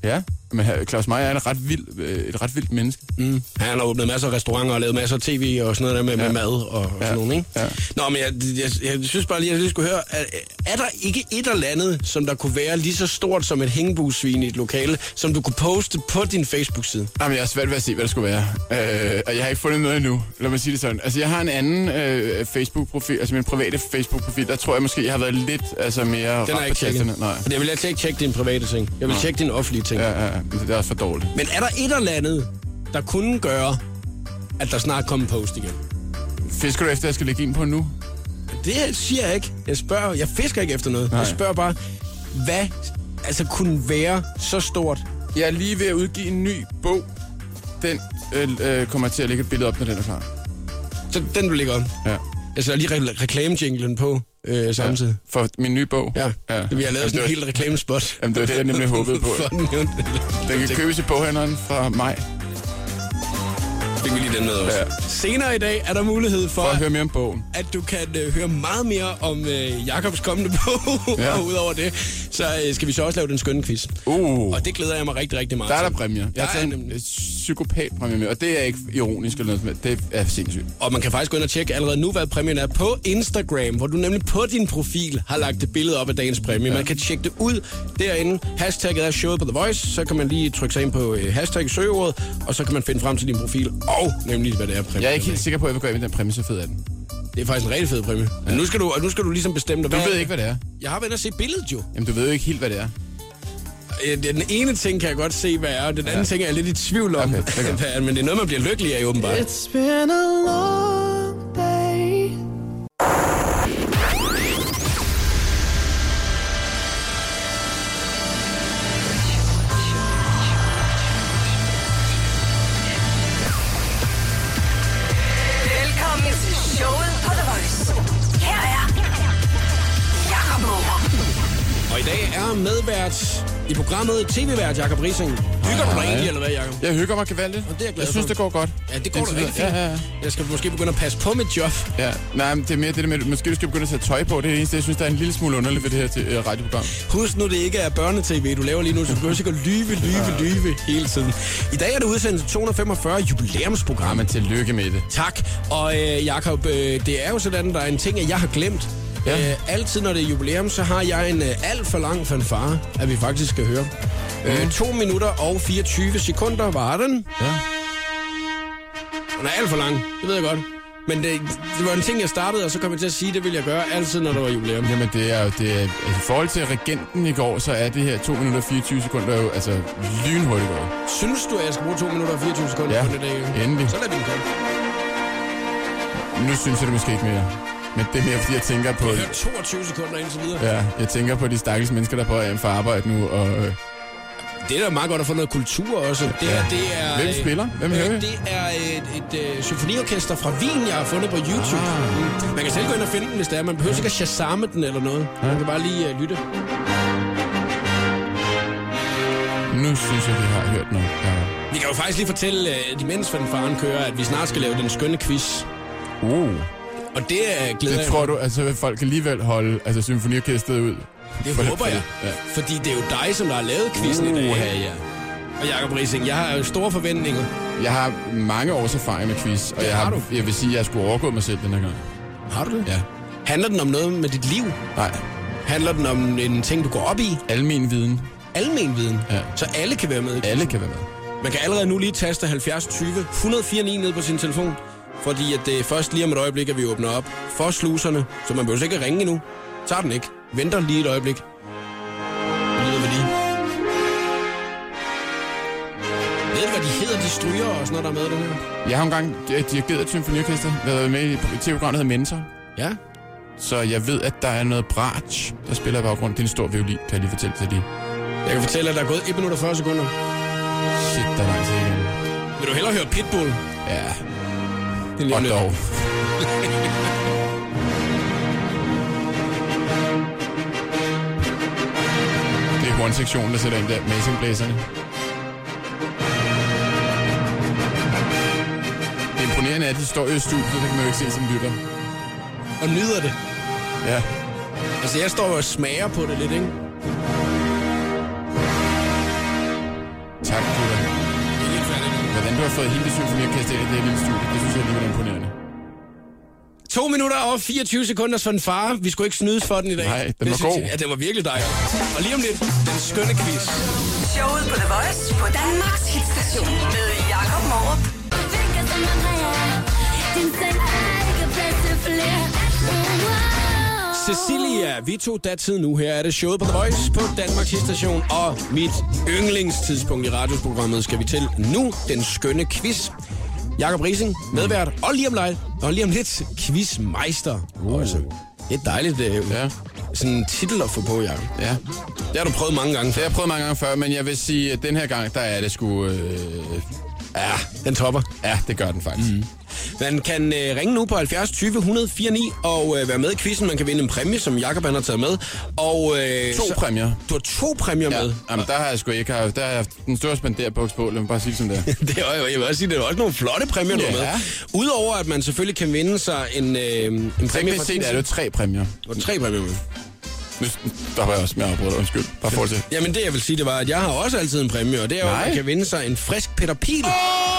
Men Claus Meyer er en ret vild, et ret vildt menneske. Mm. Han har åbnet masser af restauranter og lavet masser af tv og sådan noget der med, ja. med mad og, og ja. sådan noget, ikke? Ja. Nå, men jeg, jeg, jeg synes bare lige, at jeg lige skulle høre, er, er der ikke et eller andet, som der kunne være lige så stort som et hængebusvin i et lokale, som du kunne poste på din Facebook-side? Jamen, jeg er svært ved at se, hvad det skulle være. Øh, og jeg har ikke fundet noget endnu. Lad mig sige det sådan. Altså, jeg har en anden øh, Facebook-profil, altså min private Facebook-profil, der tror jeg måske, jeg har været lidt altså, mere... Den er ikke tjekket. Nej. Jeg vil altså ikke tjekke dine private ting. Jeg vil Nå. tjekke dine offentlige ting. Ja, ja, det er også for dårligt. Men er der et eller andet, der kunne gøre, at der snart kommer en post igen? Fisker du efter, at jeg skal lægge ind på nu? Det siger jeg ikke. Jeg spørger, jeg fisker ikke efter noget. Nej. Jeg spørger bare, hvad altså kunne være så stort? Jeg er lige ved at udgive en ny bog. Den øh, øh, kommer til at lægge et billede op, når den er klar. Så den du lægger op? Ja. Altså, der er lige re- reklamejinglen på øh, samtidig. Ja, for min nye bog? Ja. ja. Vi har lavet sådan en helt reklamespot. Jamen, det var det, jeg nemlig håbede på. Den kan købes i boghandleren fra maj. Fik vi lige den med også. Ja. Senere i dag er der mulighed for, for at høre mere om bogen. At du kan øh, høre meget mere om øh, Jakobs kommende bog. Ja. Og udover det, så øh, skal vi så også lave den skønne quiz. Uh. Og det glæder jeg mig rigtig, rigtig meget til. Der er til. der præmier. Jeg har taget en psykopat-præmie med, og det er ikke ironisk eller noget, det er sindssygt. Og man kan faktisk gå ind og tjekke allerede nu, hvad præmien er på Instagram, hvor du nemlig på din profil har lagt et billede op af dagens præmie. Ja. Man kan tjekke det ud derinde. Hashtagget er showet på The Voice. Så kan man lige trykke sig ind på øh, hashtag søgeordet, og så kan man finde frem til din profil. Og nemlig, hvad det er præmie. Jeg er ikke helt sikker på, at jeg vil gå ind med den præmie, så fed er den. Det er faktisk en rigtig fed præmie. Ja. Men nu skal du, og nu skal du ligesom bestemme dig. Du ved ikke, hvad det er. Jeg har været at se billedet jo. Jamen, du ved jo ikke helt, hvad det er. Den ene ting kan jeg godt se, hvad er, og den anden ja. ting er jeg lidt i tvivl om. Okay, okay. Men det er noget, man bliver lykkelig af, åbenbart. It's been a long day. Velkommen til showet på The Voice. Her er Jakob Morup. Og i dag er medvært i programmet T V-vært Jakob Riising. Hygger du dig egentlig, eller hvad, Jakob? Jeg hygger mig gevaldigt. Og det er jeg glad jeg synes, for. det går godt. Ja, det går da rigtig fint. Ja, ja, ja. Jeg skal måske begynde at passe på mit job. Ja, nej, men det er mere det der med, måske du skal begynde at sætte tøj på. Det er det eneste, jeg synes, der er en lille smule underligt ved det her til, uh, radioprogram. Husk nu, det ikke er børnetv, du laver lige nu, så du behøver sikkert lyve, lyve, lyve hele tiden. I dag er det udsendelse to hundrede femogfyrre jubilæumsprogram. Ja, men tillykke med det. Tak. Og øh, Jakob, øh, det er jo sådan, der er en ting, jeg har glemt. Ja. Øh, altid når det er jubilæum, så har jeg en øh, alt for lang fanfare, at vi faktisk skal høre. Mm. Øh, to minutter og fireogtyve sekunder var den. Ja. Den er alt for lang, det ved jeg godt. Men det, det var en ting, jeg startede, og så kom jeg til at sige, det vil jeg gøre altid, når der var jubilæum. Jamen, det er jo... Det er, altså, i forhold til regenten i går, så er det her to minutter og fireogtyve sekunder jo altså lynhurtigt gået. Synes du, at jeg skal bruge to minutter og fireogtyve sekunder ja, på det dag? endelig. Så lad vi den komme. Nu synes jeg det måske ikke mere. Men det er mere, fordi jeg tænker på... Jeg har hørt toogtyve sekunder indtil videre. Ja, jeg tænker på de stakkels mennesker, der er på hjem for arbejde nu, og... Øh... Det er da meget godt at få noget kultur også. Det ja. er, det er, Hvem spiller? Hvem hører vi? Det er et, et, et symfoniorkester fra Wien, jeg har fundet på YouTube. Ah. Man kan selv gå ind og finde den, hvis det er. Man behøver ikke at shazamme den eller noget. Ja. Man kan bare lige uh, lytte. Nu synes jeg, vi har hørt noget. Ja. Vi kan jo faktisk lige fortælle uh, de mens faren kører, at vi snart skal lave den skønne quiz. Uh. Og det uh, glæder det tror du, altså vil folk alligevel holde altså, symfoniorkestret ud? Det for håber det, jeg. Ja. Fordi det er jo dig, som der har lavet quizzen uh, i dag. Ja, ja. Og Jakob Riising, jeg har jo store forventninger. Jeg har mange års erfaring med quiz, og ja, jeg, har, har jeg vil sige, at jeg skulle overgå mig selv den her gang. Har du det? Ja. Handler den om noget med dit liv? Nej. Handler den om en ting, du går op i? Almen viden. Almen viden? Ja. Så alle kan være med? Alle kan være med. Man kan allerede nu lige taste halvfjerds tyve et nul fire ni ned på sin telefon, fordi at det er først lige om et øjeblik, at vi åbner op for sluserne, så man behøver ikke ringe endnu. Tager den ikke. Venter lige et øjeblik. Lyder hvad de. Ved du, hvad de hedder, de stryger og sådan noget, der er med den her? Jeg har engang dirigeret et symfoniorkester, været med i et tv-program, der hedder Mentor. Ja. Så jeg ved, at der er noget bratsch, der spiller i baggrund. Det er en stor violin, kan jeg lige fortælle til dig. Jeg kan fortælle, at der er gået et minut og fyrre sekunder. Shit, der er lang tid igen. Vil du hellere høre Pitbull? Ja. Det er og dog. Det er hornsektionen, der sætter ind der. Messingblæserne. Det imponerende er, at de står i studiet, så det kan man jo ikke se som lytter. Og nyder det. Ja. Altså, jeg står og smager på det lidt, ikke? Tak, Peter. Hvordan du har fået hele det symfoniorkester ind i det her lille studie, det synes jeg er alligevel imponerende. To minutter og fireogtyve sekunder for en far. Vi skulle ikke snydes for den i dag. Nej, den det var synes god. Jeg, ja, den var virkelig dejlig. Og lige om lidt, den skønne quiz. Showet på The Voice på Danmarks hitstation med Jakob Morup. Cecilia, vi tog datid nu. Her er det showet på The Voice på Danmarks hitstation. Og mit yndlingstidspunkt i radioprogrammet skal vi til nu. Den skønne quiz. Jakob Rising, medvært, og lige om lidt, og lige om lidt quizmeister. Uh. Altså, det er dejligt, det er ja. Sådan en titel at få på, Jakob. Ja. Det har du prøvet mange gange før. Det har jeg prøvet mange gange før, men jeg vil sige, at den her gang, der er det sgu... Øh... Ja, den topper. Ja, det gør den faktisk. Mm. Man kan øh, ringe nu på halvfjerds tyve et hundrede fire ni og øh, være med i quizzen. Man kan vinde en præmie, som Jakob han har taget med. Og, øh, to så, præmier. Du har to præmier ja. med? Jamen, der har jeg sgu ikke haft. Der har jeg haft den store spenderbuks på. Lad mig bare sige det som det er. Det er jo, jeg vil også sige, det er også nogle flotte præmier, ja. du har med. Udover at man selvfølgelig kan vinde sig en, øh, en præmie. Teknisk set er det jo tre præmier. Og tre præmier med. Nu, der var jeg også med at bruge undskyld. Bare fortsæt. Jamen det jeg vil sige, det var, at jeg har også altid en præmie, og det er jo, at man kan vinde sig en frisk Peter Pil. Oh!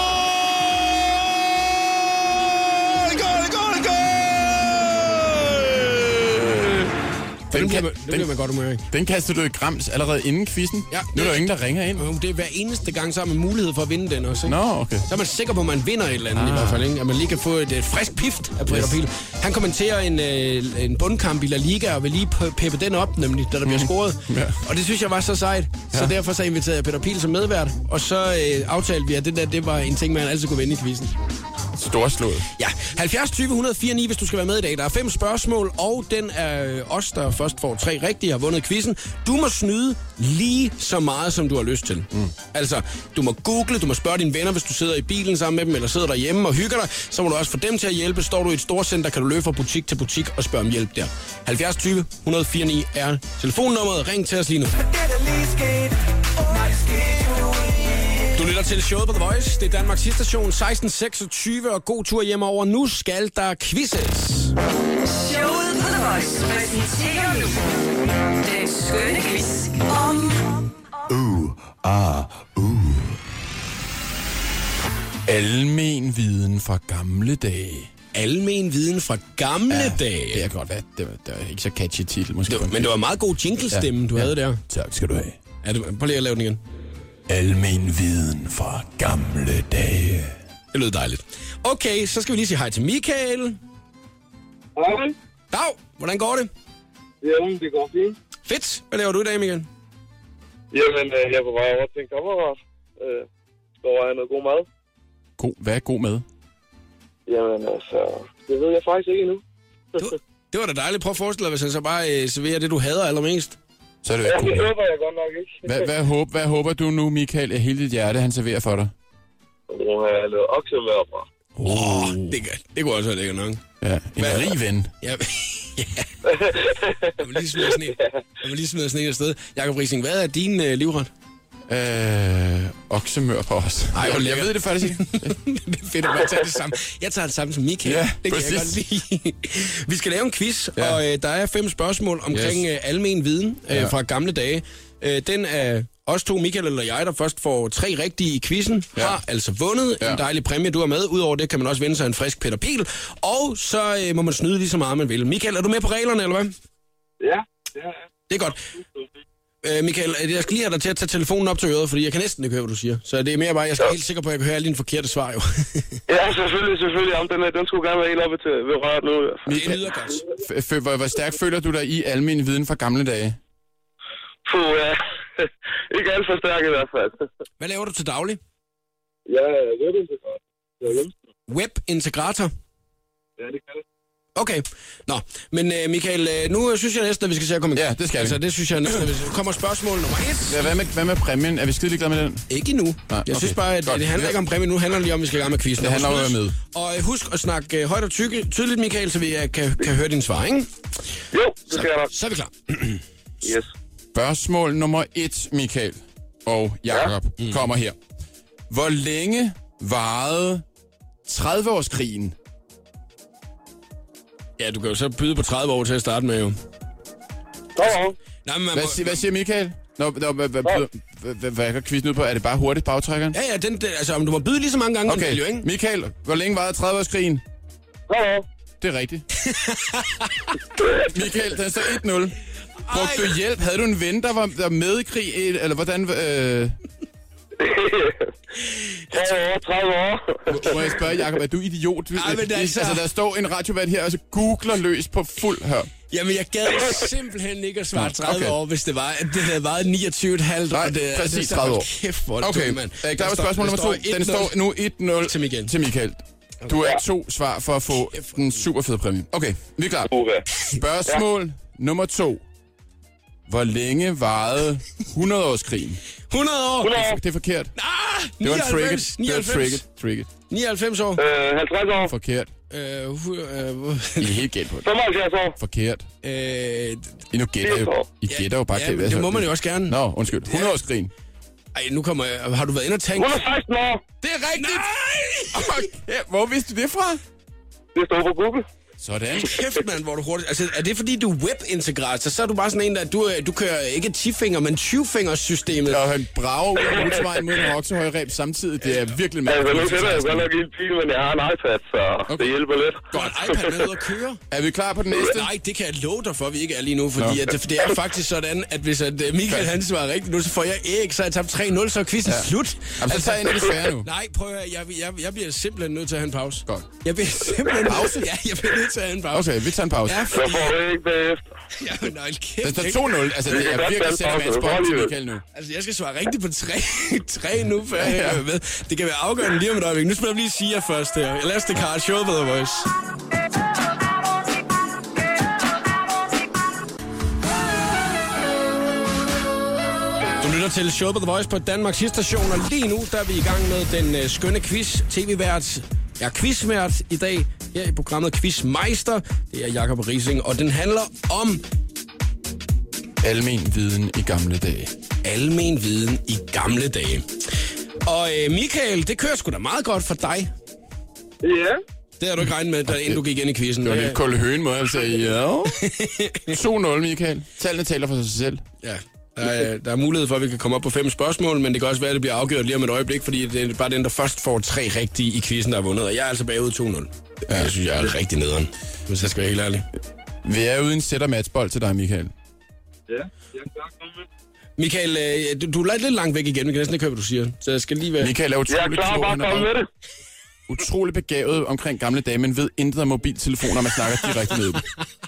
Den, den, bliver, den, den bliver man godt humør i. Den kaster du i grams allerede inden quizzen? Ja. Nu er der jo ingen, der ringer ind. Det er hver eneste gang, så har man mulighed for at vinde den også. Ikke? Nå, okay. Så er man sikker på, at man vinder et eller andet ah. i hvert fald. Ikke? At man lige kan få et, et frisk pift af Peter yes. Pil. Han kommenterer en, øh, en bundkamp i La Liga, og vil lige peppe den op, nemlig, da der bliver scoret. Ja. Og det synes jeg var så sejt. Ja. Så derfor så inviterede jeg Peter Pil som medvært. Og så øh, aftalte vi, at det der det var en ting, man altid kunne vinde i quizzen. Storslået. Ja, halvfjerds tyve et hundrede fire ni, hvis du skal være med i dag. Der er fem spørgsmål, og den er os, der først får tre rigtige, har vundet quizzen. Du må snyde lige så meget, som du har lyst til. Mm. Altså, du må google, du må spørge dine venner, hvis du sidder i bilen sammen med dem, eller sidder derhjemme og hygger dig. Så må du også få dem til at hjælpe. Står du i et storcenter, kan du løbe fra butik til butik og spørge om hjælp der. halvfjerds tyve et hundrede fire ni er telefonnummeret. Ring til os lige nu. Du lytter til showet på The Voice. Det er Danmarks hitstation seksten seksogtyve, og god tur hjem over. Nu skal der quizzes. Showet på The Voice præsenterer nu den skønne quiz om... Uh, ah, uh. Almen viden fra gamle dage. Almen viden fra gamle ja, dage. Det er godt, hvad? Det var, det var ikke så catchy titel, måske. Det var, men det var meget god jinglestemme, ja, du ja. havde der. Tak skal du have. Ja, det, prøv lige at lave den igen. Almen viden fra gamle dage. Det lød dejligt. Okay, så skal vi lige sige hej til Michael. Hej. Dag, hvordan går det? Jamen, det går fint. Fedt. Hvad laver du i dag, Michael? Jamen, øh, jeg var bare over til en kammerat. Øh, der var noget god mad. God, hvad er god mad? Jamen, altså, det ved jeg faktisk ikke endnu. du, det var da dejligt. Prøv at forestille dig, hvis han så bare øh, serverer det, du hader allermest. Så er det ja, god det mad. håber jeg godt nok ikke. hvad, hvad, håb, hvad håber du nu, Michael, af hele dit hjerte, han serverer for dig? Nu har jeg lavet oksemør fra. Åh, oh, det, det kunne også være lækkert nok. Ja, en hvad? rig ven. Ja, ja. Jeg vil lige smide sådan en, jeg vil lige smide sådan en afsted. Jakob Rising, hvad er din øh, livret? Øh, oksemør på os. Nej, jeg, jeg ved det faktisk ikke. Det er fedt, at man tager det samme. Jeg tager det samme som Michael. Ja, det kan præcis. jeg godt lide. Vi skal lave en quiz, ja. og øh, der er fem spørgsmål omkring yes. øh, almen viden øh, ja. fra gamle dage. Øh, den er os to, Michael eller jeg, der først får tre rigtige i quizzen, ja. har altså vundet ja. en dejlig præmie, du er med. Udover det kan man også vinde sig en frisk Peter Pil. Og så øh, må man snyde lige så meget, man vil. Michael, er du med på reglerne, eller hvad? Ja, det er jeg. Det er godt. Øh, Michael, jeg skal lige have dig til at tage telefonen op til øret, fordi jeg kan næsten ikke høre, hvad du siger. Så det er mere bare, jeg skal ja. helt sikker på, at jeg kan høre alle dine forkerte svar, jo. Ja, selvfølgelig, selvfølgelig. Jamen, den, den skulle gerne være helt oppe til ved røret nu. Det lyder godt. F- f- hvor, hvor stærkt føler du dig i almen viden fra gamle dage? Puh, ja. Ikke alt for stærk i hvert fald. Hvad laver du til daglig? Ja, webintegrator. Webintegrator? Ja, det kan det. Okay. Nå, men uh, Michael, uh, nu synes jeg næsten, at vi skal se at komme i gang. Ja, det skal vi. Altså, det synes jeg næsten, at vi kommer spørgsmål nummer et. Ja, hvad, med, hvad med præmien? Er vi skide ligeglade med den? Ikke endnu. Nej, okay. Jeg synes bare, at Godt. det handler ikke om præmien. Nu handler det lige om, at vi skal i gang med quizzen. Det handler om at være med. Og uh, husk at snakke uh, højt og tykke, tydeligt, Michael, så vi uh, kan, kan høre din svar, ikke? Jo, det skal jeg nok. Så er vi klar. Yes. Spørgsmål nummer et, Michael og Jakob, ja. mm. kommer her. Hvor længe varede tredive-årskrigen? Ja, du kan jo så byde på tredive år til at starte med, jo. Nå, Nej, men man hvad, må, siger, hvad siger Michael? Nå, nå hvad, hvad, hvad, hvad, hvad går quizzen ud på? Er det bare hurtigt bagtrækkeren? Ja, ja, den, den, altså, om du må byde lige så mange gange, Okay, den jo, ikke? Michael, hvor længe varede tredive-årskrigen? Hallo. Det er rigtigt. Michael, den står et nul. Brugte du hjælp? Havde du en ven, der var, der var med i krig? Eller hvordan... Øh... tredive år, tredive år. Må jeg spørge, Jacob, er du idiot? Ej, men altså- altså, der står en radiovært her, og så googler løs på fuld hør. Jamen, jeg gad simpelthen ikke at svare tredive Okay. år, hvis det var, at det havde været niogtyve komma fem. Nej, og det, præcis det, tredive år. Kæft, hvor er det Okay, dumt, mand. øh, klar på spørgsmål nummer to. Den står nu et nul Til Michael. til Michael. Du er to svar for at få den super fede præmie. Okay, vi er klar. Uha. Spørgsmål nummer to. Hvor længe varede hundrede-årskrigen? hundrede år! hundrede år. Det er forkert. Ah, Det var en trigget. nioghalvfems, Det var nioghalvfems, trigget. Trigget. nioghalvfems år. Øh, halvtreds år. Forkert. Øh, hu- øh, I er helt galt på det. femoghalvfjerds år. Forkert. øh, I nu gætter jo. I gætter jo bare. ja, men det må man jo også gerne. Nå, undskyld. hundrede-årskrigen. Ej, nu kommer jeg... Har du været inde og tænkt? hundrede og seksten år. Det er rigtigt. Nej! Okay. Hvor vidste du det fra? Det står på Google. Sådan. Kæft, mand, hvor er du hurtigt... Altså, er det fordi, du er webintegrator? Så er du bare sådan en, der... Du, du kører ikke ti-finger, men tyve-fingers-systemet. Og han brager ud af motorvejen mod en oksehøjreb samtidig. Det er virkelig Altså, nu mærkeligt. sætter jeg godt nok i en bil, men jeg har en iPad, så Okay. det hjælper lidt. Godt, iPad med ud at køre. Er vi klar på den næste? Nej, det kan jeg love dig for, vi ikke er lige nu, fordi Nå. at, for det er faktisk sådan, at hvis at øh, Michael han svarer rigtigt nu, så får jeg ikke, så har jeg tabt tre nul, så er quizzen ja. slut. Jamen, så tager jeg en af de svære nu. Nej, prøv at høre, jeg, jeg, jeg bliver simpelthen nødt til at have en pause. Godt. Jeg bliver simpelthen pause? Ja, jeg bliver nødt til at have en pause. Okay, vi tager en pause. Ja, Så fordi... får du ikke bagefter. Ja, men nej, kæft. Den står ikke? to nul. Altså, det er virkelig sættemandsbold til Michael nu. Altså, jeg skal svare rigtigt på tre, tre nu, før jeg er med. Det kan være afgørende lige om et øjeblik. Nu spiller vi lige Sia først her. Elastic Heart, Show på The Voice. Du lytter til Show på The Voice på Danmarks station, og lige nu der er vi i gang med den øh, skønne quiz. T V-vært, jeg er quizvært i dag her i programmet Quizmeister. Det er Jacob Rising, og den handler om Almen viden i gamle dage. almen viden i gamle dage. Og øh, Michael, det kører sgu da meget godt for dig. Ja. Det har du ikke regnet med, da, inden du gik ind i quizzen. Det var Øh, lidt kolde høen, må jeg sige. Ja. to nul, Michael. Tallene taler for sig selv. Ja. Der er, der er mulighed for, at vi kan komme op på fem spørgsmål, men det kan også være, at det bliver afgjort lige om et øjeblik, fordi det er bare den, der først får tre rigtige i quizzen, der er vundet. Og jeg er altså bagud to nul. Ja. Jeg synes, jeg er rigtig nederen, hvis jeg skal være helt ærlig. Vi er ude i en sætter matchbold til dig, Michael. Ja, jeg er klar med. Michael, øh, du, du er lidt langt væk igen. Vi kan næsten ikke høre, hvad du siger. Så jeg skal lige være... Michael er Jeg er utrolig klar, klog. bare Han er kom med bare det. utrolig begavet omkring gamle dage, men ved intet af mobiltelefoner, man snakker direkte med dem.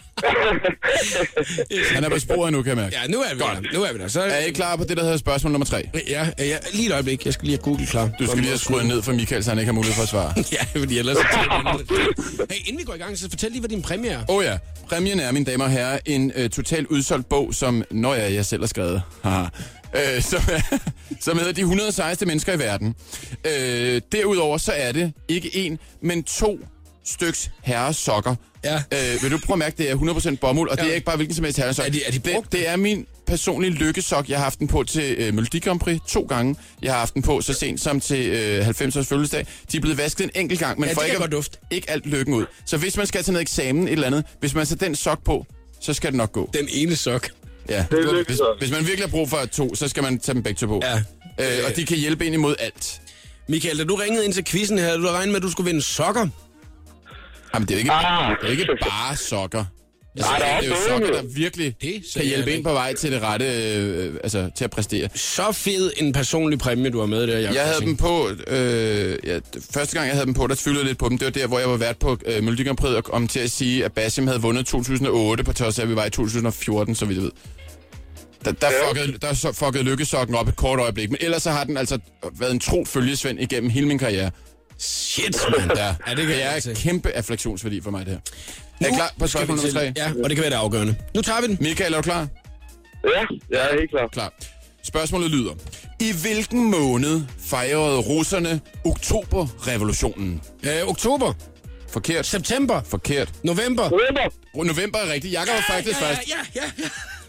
Han er på sporet nu, kan jeg mærke. Ja, nu er vi der. Nu er vi der. Så, Er I klar på det, der hedder spørgsmål nummer tre? Ja, ja, lige et øjeblik. Jeg skal lige have Google klar. Du skal lige have skruet ned for Michael, så han ikke har mulighed for at svare. Ja, fordi ellers... så- Hey, inden vi går i gang, så fortæl lige, hvad din præmie er. Åh oh ja, præmien er, mine damer og herrer, en øh, totalt udsolgt bog, som, når jeg, jeg selv har skrevet, haha, øh, som, er, som hedder De hundrede sejeste mennesker i verden. Øh, derudover så er det ikke en, men to styks herresokker. Ja. Øh, vil du prøve at mærke, det er hundrede procent bomuld, og ja. det er ikke bare hvilken som helst herresok. Er de- er de brugt? det, det er min personlige lykkesok. Jeg har haft den på til øh, Melodi Grand Prix to gange. Jeg har haft den på så sent som til øh, halvfems års fødselsdag. De er blevet vasket en enkelt gang, men Ja, får det kan ikke, godt dufte. ikke alt lykken ud. Så hvis man skal til noget eksamen et eller andet, hvis man sætter den sok på, så skal det nok gå. Den ene sok. Ja. er Hvis, lykkesok. hvis man virkelig har brug for to, så skal man tage dem begge to på. Ja. Øh, og de kan hjælpe ind imod alt. Michael, da du ringede ind til quizzen her, du havde regnet med, at du skulle vinde sokker. Jamen, det er jo ikke, Ah. det er jo ikke bare sokker. Altså, Nej, der er det er jo også sokker, noget. der virkelig Det kan sagde hjælpe jeg ind på vej til det rette, øh, altså til at præstere. Så fed en personlig præmie, du har med der, Jacob. Jeg havde dem på, øh, ja, første gang jeg havde dem på, der tvivlede lidt på dem. Det var der, hvor jeg var vært på øh, Melodi Grand Prix og kom til at sige, at Basim havde vundet to tusind og otte, på trods af, at vi var i to tusind og fjorten, så vidt jeg ved. Der, der, Ja. fuckede, der så fuckede lykkesokken op et kort øjeblik, men ellers så har den altså været en tro følgesvend igennem hele min karriere. Shit, mand. Ja, Ja, det kan det jeg er godt se. kæmpe affektionsværdi for mig, det her. Er I klar på skal vi spørgsmål nummer tre? til- Ja, og det kan være det afgørende. Nu tager vi den. Michael, er du klar? Ja, jeg er helt klar. Klar. Spørgsmålet lyder. I hvilken måned fejrede russerne oktoberrevolutionen? Øh, oktober, Forkert. september, Forkert. november. November. November er rigtigt. Jakob var faktisk ja, først. ja, ja,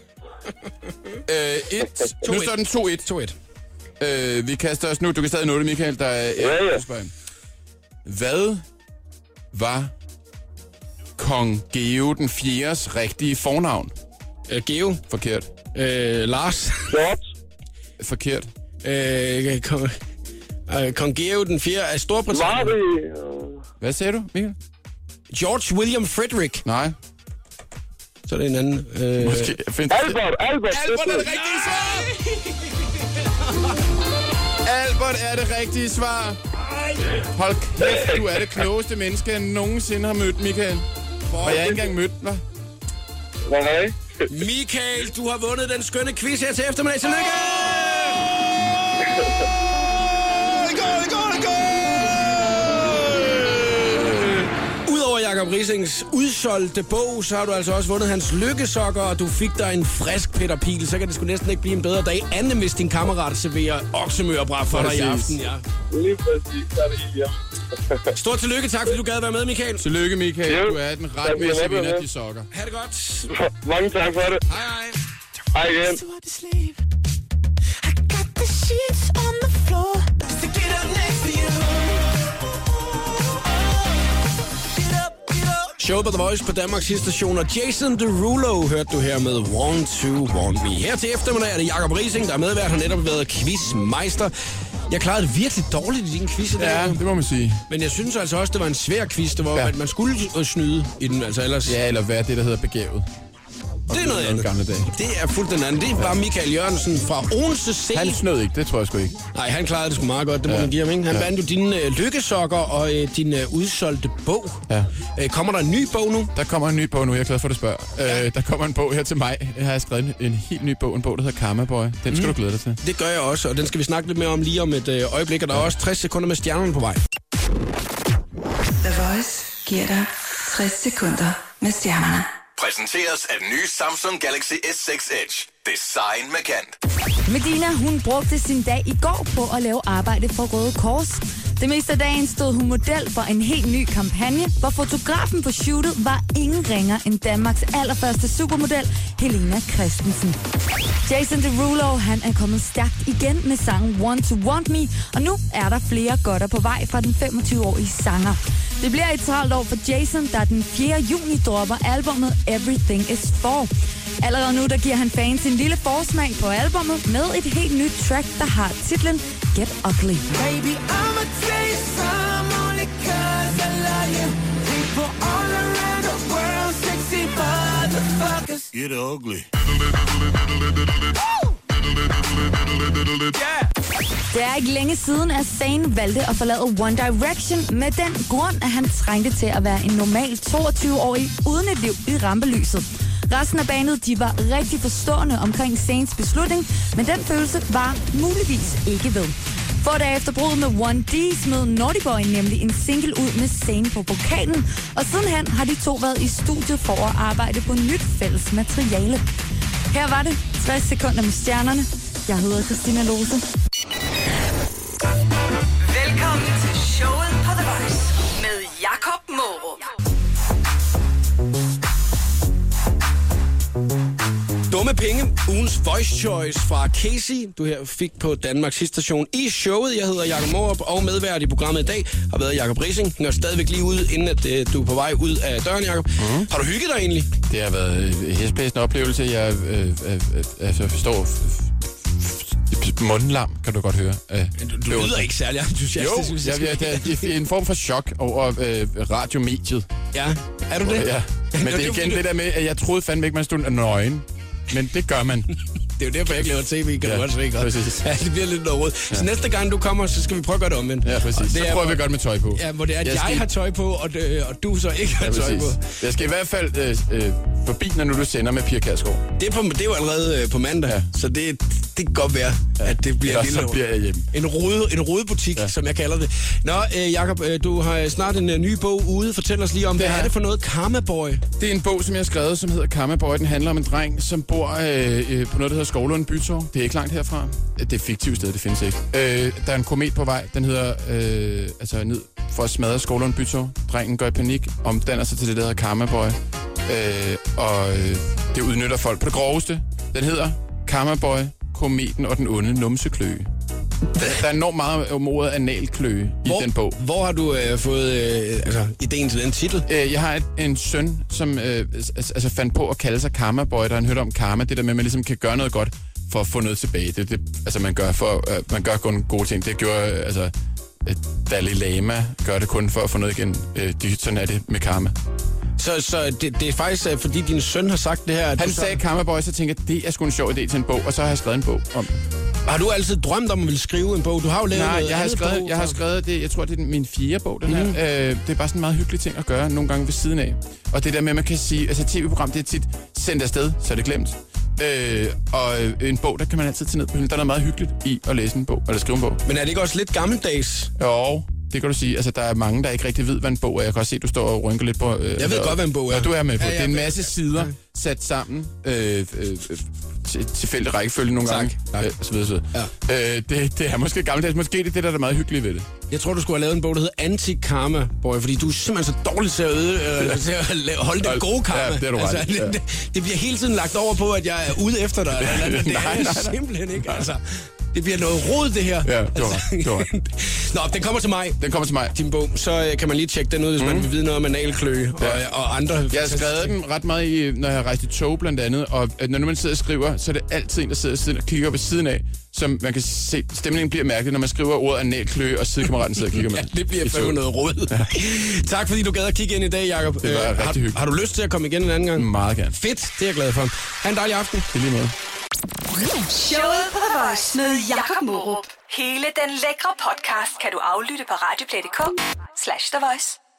ja. Øh, et. Nu står den to et. to et. Øh, vi kaster os nu. Du kan stadig nå det, Michael. Der er Ja, ja. spørgsmål. Hvad var kong Geo den fjerdes rigtige fornavn? Øh, Geo. Forkert. Øh, Lars. George. Forkert. Øh, kong, øh, kong Georg den fjerde af Storbritannien. Mari. Hvad sagde du, Michael? George William Frederick. Nej. Så er det en anden. Øh... Måske. Find... Albert, Albert. Albert er det rigtige svar! Albert er det rigtige svar. Hold kæft, du er det klogeste menneske, jeg nogensinde har mødt, Michael. Og jeg har ikke engang mødt dig. Nej. Michael, du har vundet den skønne quiz her til eftermiddag. Tillykke! Udover Jacob Risings udsolgte bog, så har du altså også vundet hans lykkesokker, og du fik dig en frisk Peter Piel. Så kan det sgu næsten ikke blive en bedre dag, andet hvis din kammerat serverer oksemørbræt for dig i aften. Ja. Lige præcis, så er det helt, ja. Stort tillykke, tak fordi du gad være med, Michael. Tillykke, Michael. Du er den retmæssige vinder af de sokker. Ha' det godt. Mange tak for det. Hej, hej. Hej igen. Show på The Voice på Danmarks station, og Jason Derulo hørte du her med Want to Want Me. Her til eftermiddag er det Jacob Rising, der er medvært, har netop været quizmeister. Jeg klarede det virkelig dårligt i din quiz i dag. Ja, det må man sige. Men jeg synes altså også, det var en svær quiz, det var, ja. At man skulle snyde i den, altså ellers... Ja, eller hvad det, der hedder begævet. Det er noget andet. Gamle dage. Det er fuldstændig andet. Det var Michael Jørgensen fra Odense C. Han snød ikke, det tror jeg sgu ikke. Nej, han klarede det sgu meget godt, det må ja. man give ham, ikke? Han ja. vandt jo dine øh, lykkesokker og øh, din øh, udsolgte bog. Ja. Øh, kommer der en ny bog nu? Der kommer en ny bog nu, jeg er glad for, at du spørger. Ja. Øh, der kommer en bog her til mig. Jeg har skrevet en, en helt ny bog, en bog, der hedder Karma Boy. Den skal mm. du glæde dig til. Det gør jeg også, og den skal vi snakke lidt mere om lige om et øh, øjeblik, og der ja. er også tres sekunder med stjernerne på vej. The Voice giver dig tres sekunder med stjernerne. Præsenteres af den nye Samsung Galaxy S seks Edge. Design med kant. Medina, hun brugte sin dag i går på at lave arbejde for Røde Kors. Det meste af dagen stod hun model for en helt ny kampagne, hvor fotografen på shootet var ingen ringer end Danmarks allerførste supermodel, Helena Christensen. Jason Derulo, han er kommet stærkt igen med sangen Want to Want Me, og nu er der flere godter på vej fra den femogtyve-årige sanger. Det bliver et travlt år for Jason, der den fjerde juni dropper albumet Everything is For. Allerede nu, der giver han fans en lille forsmag på albumet med et helt nyt track, der har titlen Get Ugly. Baby, I'ma tell you some only cause I love you. People all around the world, sexy motherfuckers. Get ugly. Yeah. Det er ikke længe siden, at Zayn valgte at forlade One Direction med den grund, at han trængte til at være en normal toogtyve-årig uden et liv i rampelyset. Resten af bandet, de var rigtig forstående omkring Zayns beslutning, men den følelse var muligvis ikke ved. Få dage efter bruddet med one D smed Naughty Boy nemlig en single ud med Zayn på vokalen, og sidenhen har de to været i studiet for at arbejde på nyt fælles materiale. Her var det tres sekunder med stjernerne. Jeg hedder Christina Lose. Velkommen til showet på The Voice med Jakob Mårup. Dumme penge, ugens voice choice fra Casey, du her fik på Danmarks station i showet. Jeg hedder Jakob Mårup, og medvært i programmet i dag har været Jacob Rising. Jeg er stadigvæk lige ude, inden at, uh, du er på vej ud af døren, Jacob. Mm. Har du hygget dig egentlig? Det har været en hæsblæsende oplevelse. Jeg øh, øh, øh, forstår... Mundlam, kan du godt høre. Du, du lyder ikke særlig entusiastisk. Jo, jeg, jeg, det er en form for chok over øh, radiomediet. Ja, er du det? Ja, men det er igen det der med, at jeg troede fandme ikke, man stod nøgen. Men det gør man. Det er jo derfor, jeg ikke laver tv, kan ja, du også ikke? Ja, det bliver lidt noget råd. Ja. Så næste gang du kommer, så skal vi prøve at gøre det omvendt. Ja, præcis. Det så prøver vi godt med tøj på. Ja, hvor det er, at jeg, jeg skal... har tøj på, og, det, og du så ikke har ja, tøj på. Jeg skal i hvert fald øh, øh, forbi, når nu du sender med Pia Kjærsgaard. Det er, på, det er jo allerede øh, på mandag, ja. Så det, det kan godt være, ja. At det bliver, lille, så bliver jeg hjemme. En rode, en rodebutik, ja. Som jeg kalder det. Nå, øh, Jacob, øh, du har snart en øh, ny bog ude. Fortæl os lige om, det hvad er det for noget? Karma Boy? Det er en bog, som jeg har skrevet, som hedder Karma Boy. Den handler om en dreng, som bor øh, øh, på noget, der hedder Skovlund Bytorv. Det er ikke langt herfra. Det er et fiktivt sted, det findes ikke. Øh, der er en komet på vej. Den hedder, øh, altså ned for at smadre Skovlund Bytorv. Drengen går i panik, omdanner sig til det, der hedder Karma Boy. Øh, og øh, det udnytter folk på det groveste. Den hedder Karma Boy, kometen og den onde numsekløe. Der er enormt meget om ordet analkløe i hvor, den bog. Hvor har du øh, fået øh, altså, ideen til den titel? Øh, jeg har et, en søn, som øh, altså, fandt på at kalde sig Karma Boy, der han hørte om karma. Det der med, at man ligesom kan gøre noget godt for at få noget tilbage. Det, det, altså, man gør, for, uh, man gør kun gode ting. Det gjorde, uh, altså, uh, Dalai Lama gør det kun for at få noget igen. Uh, de, sådan er det med karma. Så, så det, det er faktisk, uh, fordi din søn har sagt det her... At Han du sagde så... Karma Boy, så tænkte jeg, det er sgu en sjov idé til en bog, og så har jeg skrevet en bog om. Har du altid drømt om at ville skrive en bog? Du har jo lavet Nej, noget jeg har, andet skrevet, bog, jeg har skrevet det, jeg tror, det er min fjerde bog, den mm. her. Øh, det er bare sådan en meget hyggelig ting at gøre, nogle gange ved siden af. Og det der med, at man kan sige, altså tv-program, det er tit sendt afsted, så er det glemt. Øh, og en bog, der kan man altid tage ned på hylden. Der er noget meget hyggeligt i at læse en bog, eller skrive en bog. Men er det ikke også lidt gammeldags? Jo, det kan du sige. Altså, der er mange, der ikke rigtig ved, hvad en bog er. Jeg kan også se, at du står og rynker lidt på... Øh, jeg ved og, godt, hvad en bog er. Og du er med på. Ja, det er en masse sider ja. sat sammen. Øh, øh, til tilfældig rækkefølge nogle tak, gange. Tak. Øh, så videre, så videre. Ja. Øh, det, det er måske gammeldags. Måske det er det, der er meget hyggeligt ved det. Jeg tror, du skulle have lavet en bog, der hedder Anti-Karma, Boy, fordi du er simpelthen så dårlig til at, øde, øh, til at holde det gode karma. Ja, det er du ret. Altså, ja. det, det bliver hele tiden lagt over på, at jeg er ude efter dig. Eller, eller, det nej, er nej, nej. simpelthen ikke. Altså, det bliver noget rod, det her. Ja, det var altså, det var Nå, den kommer til mig. Den kommer til mig. Din bog. Så øh, kan man lige tjekke den ud, hvis mm. man vil vide noget om analkløe og, ja. og andre. Jeg har skrevet den ret meget, i, når jeg har rejst i tog blandt andet, og når man sidder og skriver, så er det altid en, der sidder siden og kigger ved siden af, som man kan se, stemningen bliver mærket, når man skriver ordet analkløe, og sidekammeraten sidder og kigger med. Ja, det bliver fandme noget råd. Ja. Tak fordi du gad at kigge ind i dag, Jacob. Det var øh, rigtig har, hyggeligt. Har du lyst til at komme igen en anden gang? Meget gerne. Fedt, det er jeg glad for. Ha' en dejlig aften. Det er lige måde. Showet på The Voice med Jakob Morup. Hele den lækre podcast kan du aflytte på radioplay punktum d k slash The Voice.